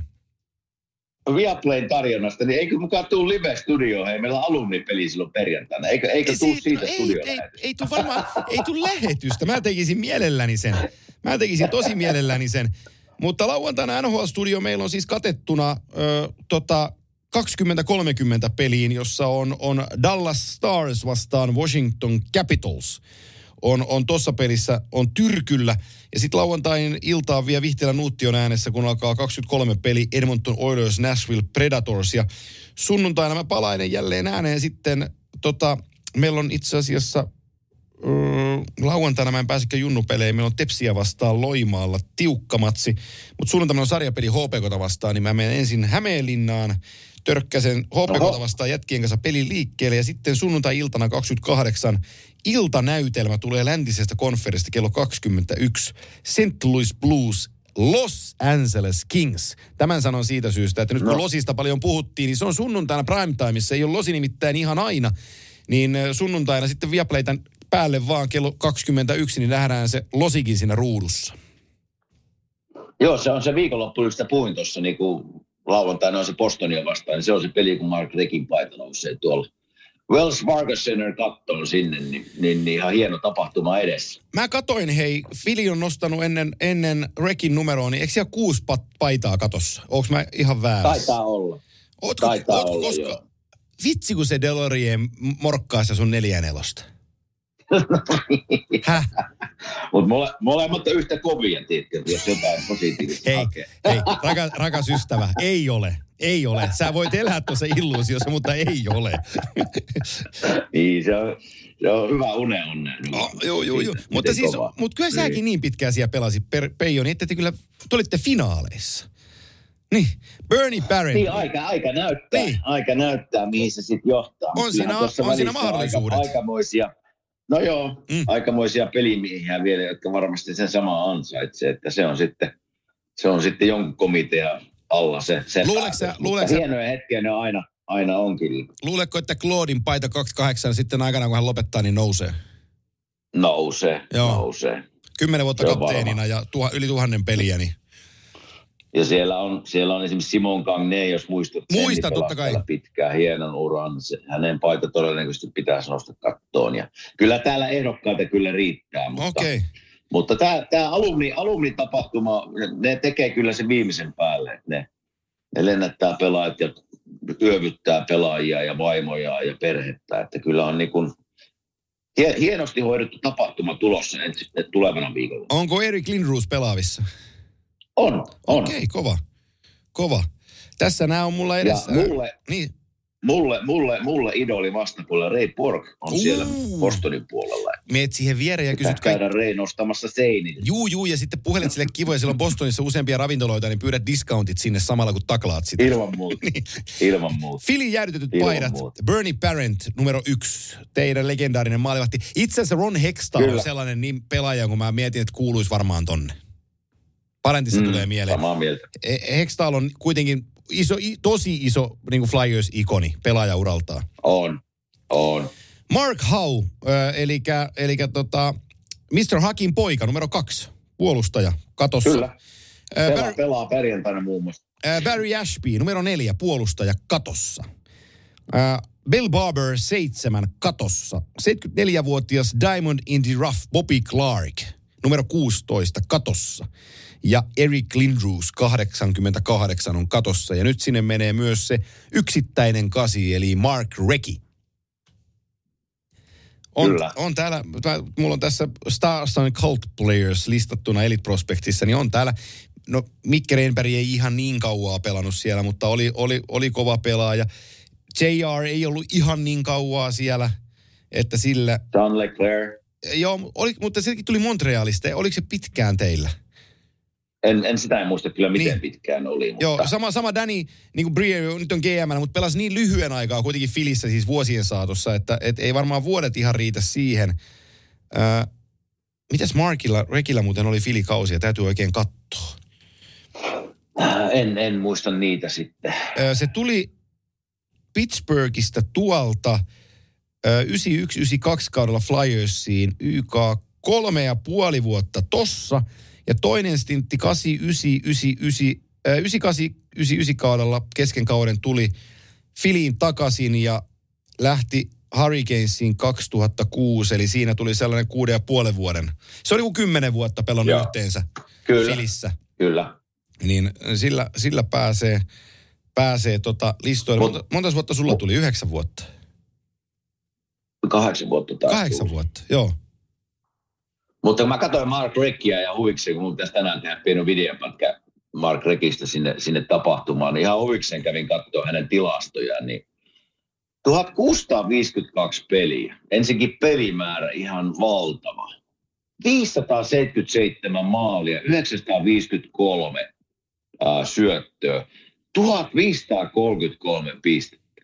Viaplayn tarjonnasta, niin eikö mukaan tule live-studioon? Hei, meillä on alumnipeli silloin perjantaina. Eikö tule siitä studioon? Ei tule lähetystä. Mä tekisin mielelläni sen. Tosi mielelläni sen. Mutta lauantaina NHL-studio meillä on siis katettuna 20-30 peliin, jossa on Dallas Stars vastaan Washington Capitals. On tuossa pelissä, on Tyrkyllä. Ja sitten lauantain iltaan vielä Vihtilä Nuutti on äänessä, kun alkaa 23 peli Edmonton Oilers Nashville Predators. Ja sunnuntaina mä palainen jälleen ääneen sitten, meillä on itse asiassa lauantaina mä en pääsekään junnupeleihin, meillä on Tepsiä vastaan Loimaalla tiukka matsi. Mutta sunnuntaina on sarjapeli HPK:ta vastaan, niin mä menen ensin Hämeenlinnaan, törkkäsen HPK:ta vastaan jätkien kanssa pelin liikkeelle ja sitten sunnuntai-iltana 28 iltanäytelmä tulee läntisestä konferenssista kello 21. St. Louis Blues, Los Angeles Kings. Tämän sanon siitä syystä, että nyt kun Losista paljon puhuttiin, niin se on sunnuntaina primetimeissa. Ei ole Losi nimittäin ihan aina. Niin sunnuntaina sitten Viaplaytän päälle vaan kello 21, niin nähdään se Losikin siinä ruudussa. Joo, se on se viikonloppu, josta puhuin tuossa niin kuin lauantaina on se Bostonia vastaan, niin se on se peli, kun Mark Rekin paita nousee tuolla Wells Fargo Center kattoon sinne, niin ihan hieno tapahtuma edessä. Mä katoin, hei, Fili on nostanut ennen Rekin numeroon, niin eikö siellä 6 paitaa katossa? Onko mä ihan väärässä? Taitaa olla. Ootko koska... Joo. Vitsi, kun se DeLorean morkkaa sitä sun 4-4. Häh? Mutta molemmat on yhtä kovia, tiedätkö, jos jotain positiivista hakee. Hei, rakas ystävä, ei ole. Sä voit elää tuossa illuusiossa, mutta ei ole. Niin, se on hyvä une. Joo. Mutta kyllä säkin niin pitkään siellä pelasit, Peijo, niin te olitte finaaleissa. Niin, Bernie Barron. Niin, aika näyttää. Niin. Aika näyttää, mihin se sitten johtaa. On siinä mahdollisuudet. Aikamoisia pelimiehiä vielä, jotka varmasti sen samaa ansaitsee, että se on sitten jonkun komitea alla se Luuleeko hienoja hetkiä ne aina on kyllä. Luuletko, että Claudin paita 28 sitten aikana, kun hän lopettaa, niin nousee? Nousee. 10 vuotta kapteenina ja yli 1000 peliä, niin... Ja siellä on esimerkiksi Simon Gagné, jos muistat sen. Muistan totta kai. Pitkään hienon uran. Hänen paita todennäköisesti pitäisi nostaa kattoon. Ja kyllä täällä ehdokkaita kyllä riittää. Mutta tämä alumni-tapahtuma, ne tekee kyllä sen viimeisen päälle. Että ne lennättää pelaajat ja yövyttää pelaajia ja vaimoja ja perhettä. Että kyllä on niin kuin hienosti hoidettu tapahtuma tulossa tulevana viikolla. Onko Eric Lindros pelaavissa? On. Okei, kova. Tässä nämä on mulla edessä. Ja mulle idoli vastapuolella Ray Borg on siellä Bostonin puolella. Meet siihen viereen ja kysyt käydä Ray nostamassa seinille. Juu, ja sitten puhelet sille kivoja. Siellä on Bostonissa useampia ravintoloita, niin pyydät discountit sinne samalla, kun taklaat sitä. Ilman muuta. Ilman muuta. Philly jäädytetyt paidat. Bernie Parent, numero 1. Teidän legendaarinen maalivahti. Itse asiassa Ron Hextall on sellainen niin pelaaja, kun mä mietin, että kuuluisi varmaan tonne. Parentissa tulee mieleen. Samaa mieltä. Hextall on kuitenkin tosi iso niin kuin Flyers-ikoni pelaajauraltaan. On. Mark Howe, eli Mr. Hakin poika, numero 2, puolustaja, katossa. Kyllä. Pelaa perjantaina muun muassa. Barry Ashby, numero 4, puolustaja, katossa. Bill Barber, 7, katossa. 74-vuotias Diamond in the Rough, Bobby Clark, numero 16, katossa. Ja Eric Lindros 88 on katossa. Ja nyt sinne menee myös se yksittäinen 8, eli Mark Recchi. On täällä, mulla on tässä Stars and Cult Players listattuna Elite Prospectissa, niin on täällä, no Mikke Renberg ei ihan niin kauaa pelannut siellä, mutta oli kova pelaaja. JR ei ollut ihan niin kauaa siellä, että sillä... John Leclerc. Joo, mutta sekin tuli Montrealista. Oliko se pitkään teillä? En sitä muista kyllä, miten pitkään oli. Mutta... Joo, sama Danny, niin kuin Briere nyt on GM, mutta pelasi niin lyhyen aikaa kuitenkin Phillyssä siis vuosien saatossa, että ei varmaan vuodet ihan riitä siihen. Mitäs Rekillä muuten oli Philly-kausia? Täytyy oikein katsoa. En muista niitä sitten. Se tuli Pittsburghista tuolta 91-92 kaudella Flyersiin YK 3,5 vuotta tossa. Ja toinen stintti 98-99 kaudella kesken kauden tuli Phillyyn takaisin ja lähti Hurricanesiin 2006. Eli siinä tuli sellainen 6,5 vuoden. Se oli kuin 10 vuotta pelannut yhteensä Phillyssä. Kyllä. Niin sillä pääsee listoille. Monta vuotta sulla tuli? 9 vuotta? 8 vuotta taas. 8 vuotta, joo. Mutta kun mä katsoin Mark Recchiä ja huvikseen, kun mun pitäisi tänään tehdä pieni videopätkä Mark Recchistä sinne tapahtumaan, niin ihan huvikseen kävin katsoa hänen tilastojaan, niin 1652 peliä. Ensinnäkin pelimäärä ihan valtava. 577 maalia, 953 syöttöä, 1533 pistettä.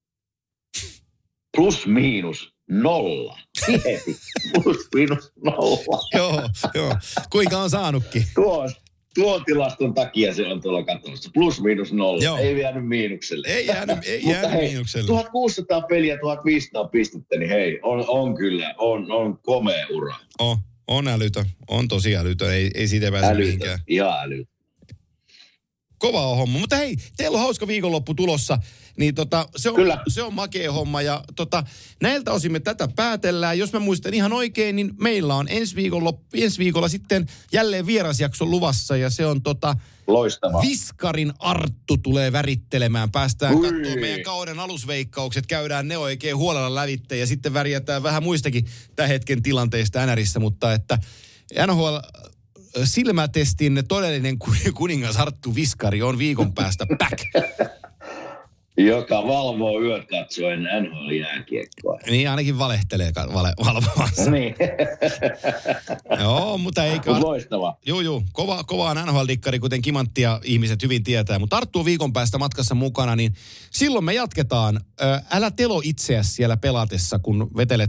Plus miinus 0. Plus miinus 0. Joo. Kuinka on saanutkin? Tuon tilaston takia se on tuolla katsossa. Plus miinus 0. Joo. Ei jäänyt miinukselle. Ei jäänyt miinukselle. 1600 peliä, 1500 pistettä, niin hei, on kyllä, on komea ura. On älytön. On tosi älytön. Ei siitä pääse mihinkään. Ihan älytön. Kova on homma. Mutta hei, teillä on hauska viikonloppu tulossa. Niin se on makea homma ja näiltä osin me tätä päätellään. Jos mä muistan ihan oikein, niin meillä on ensi viikolla sitten jälleen vierasjakso luvassa ja se on loistava. Viskarin Arttu tulee värittelemään. Päästään katsomaan meidän kauden alusveikkaukset, käydään ne oikein huolella lävitteen ja sitten värjätään vähän muistakin tämän hetken tilanteista NRissä, mutta että NHL silmätestin todellinen kuningas Arttu Viskari on viikon päästä back. Joka valvoo yöt katsoen NHL-jääkiekkoa. Niin, ainakin valehtelee valvomansa. Niin. Joo, mutta eikä... Loistava. Joo. Kova NHL-dikkari, kuten kimanttia ihmiset hyvin tietää. Mutta Arttu on viikon päästä matkassa mukana, niin silloin me jatketaan. Älä telo itseäsi siellä pelatessa, kun vetelet...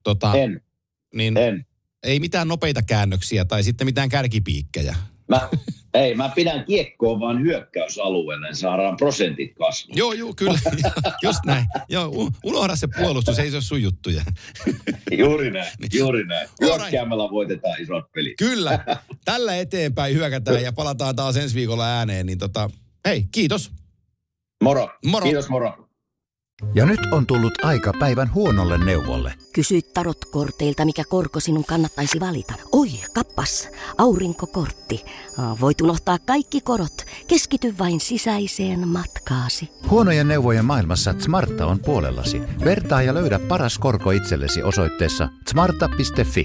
En. Ei mitään nopeita käännöksiä tai sitten mitään kärkipiikkejä. Mä pidän kiekkoa vaan hyökkäysalueelle, niin saadaan prosentit kasvua. Joo, kyllä. Just näin. Joo, unohda se puolustus, ei se ole sun juttuja. Juuri näin. Hyökkäämällä voitetaan isot pelit. Kyllä. Tällä eteenpäin hyökätään ja palataan taas ensi viikolla ääneen. Niin hei, kiitos. Moro. Kiitos, moro. Ja nyt on tullut aika päivän huonolle neuvolle. Kysy tarotkorteilta, mikä korko sinun kannattaisi valita. Oi, kappas, aurinkokortti. Voit unohtaa kaikki korot. Keskity vain sisäiseen matkaasi. Huonojen neuvojen maailmassa Smarta on puolellasi. Vertaa ja löydä paras korko itsellesi osoitteessa smarta.fi.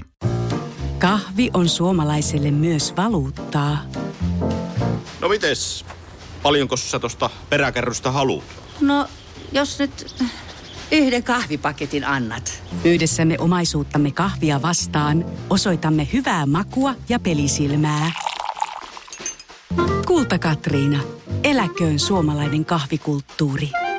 Kahvi on suomalaiselle myös valuuttaa. No mites? Paljonko sä tosta peräkärrystä haluat? No, jos nyt yhden kahvipaketin annat. Yhdessämme omaisuuttamme kahvia vastaan osoitamme hyvää makua ja pelisilmää. Kulta Katriina. Eläköön suomalainen kahvikulttuuri.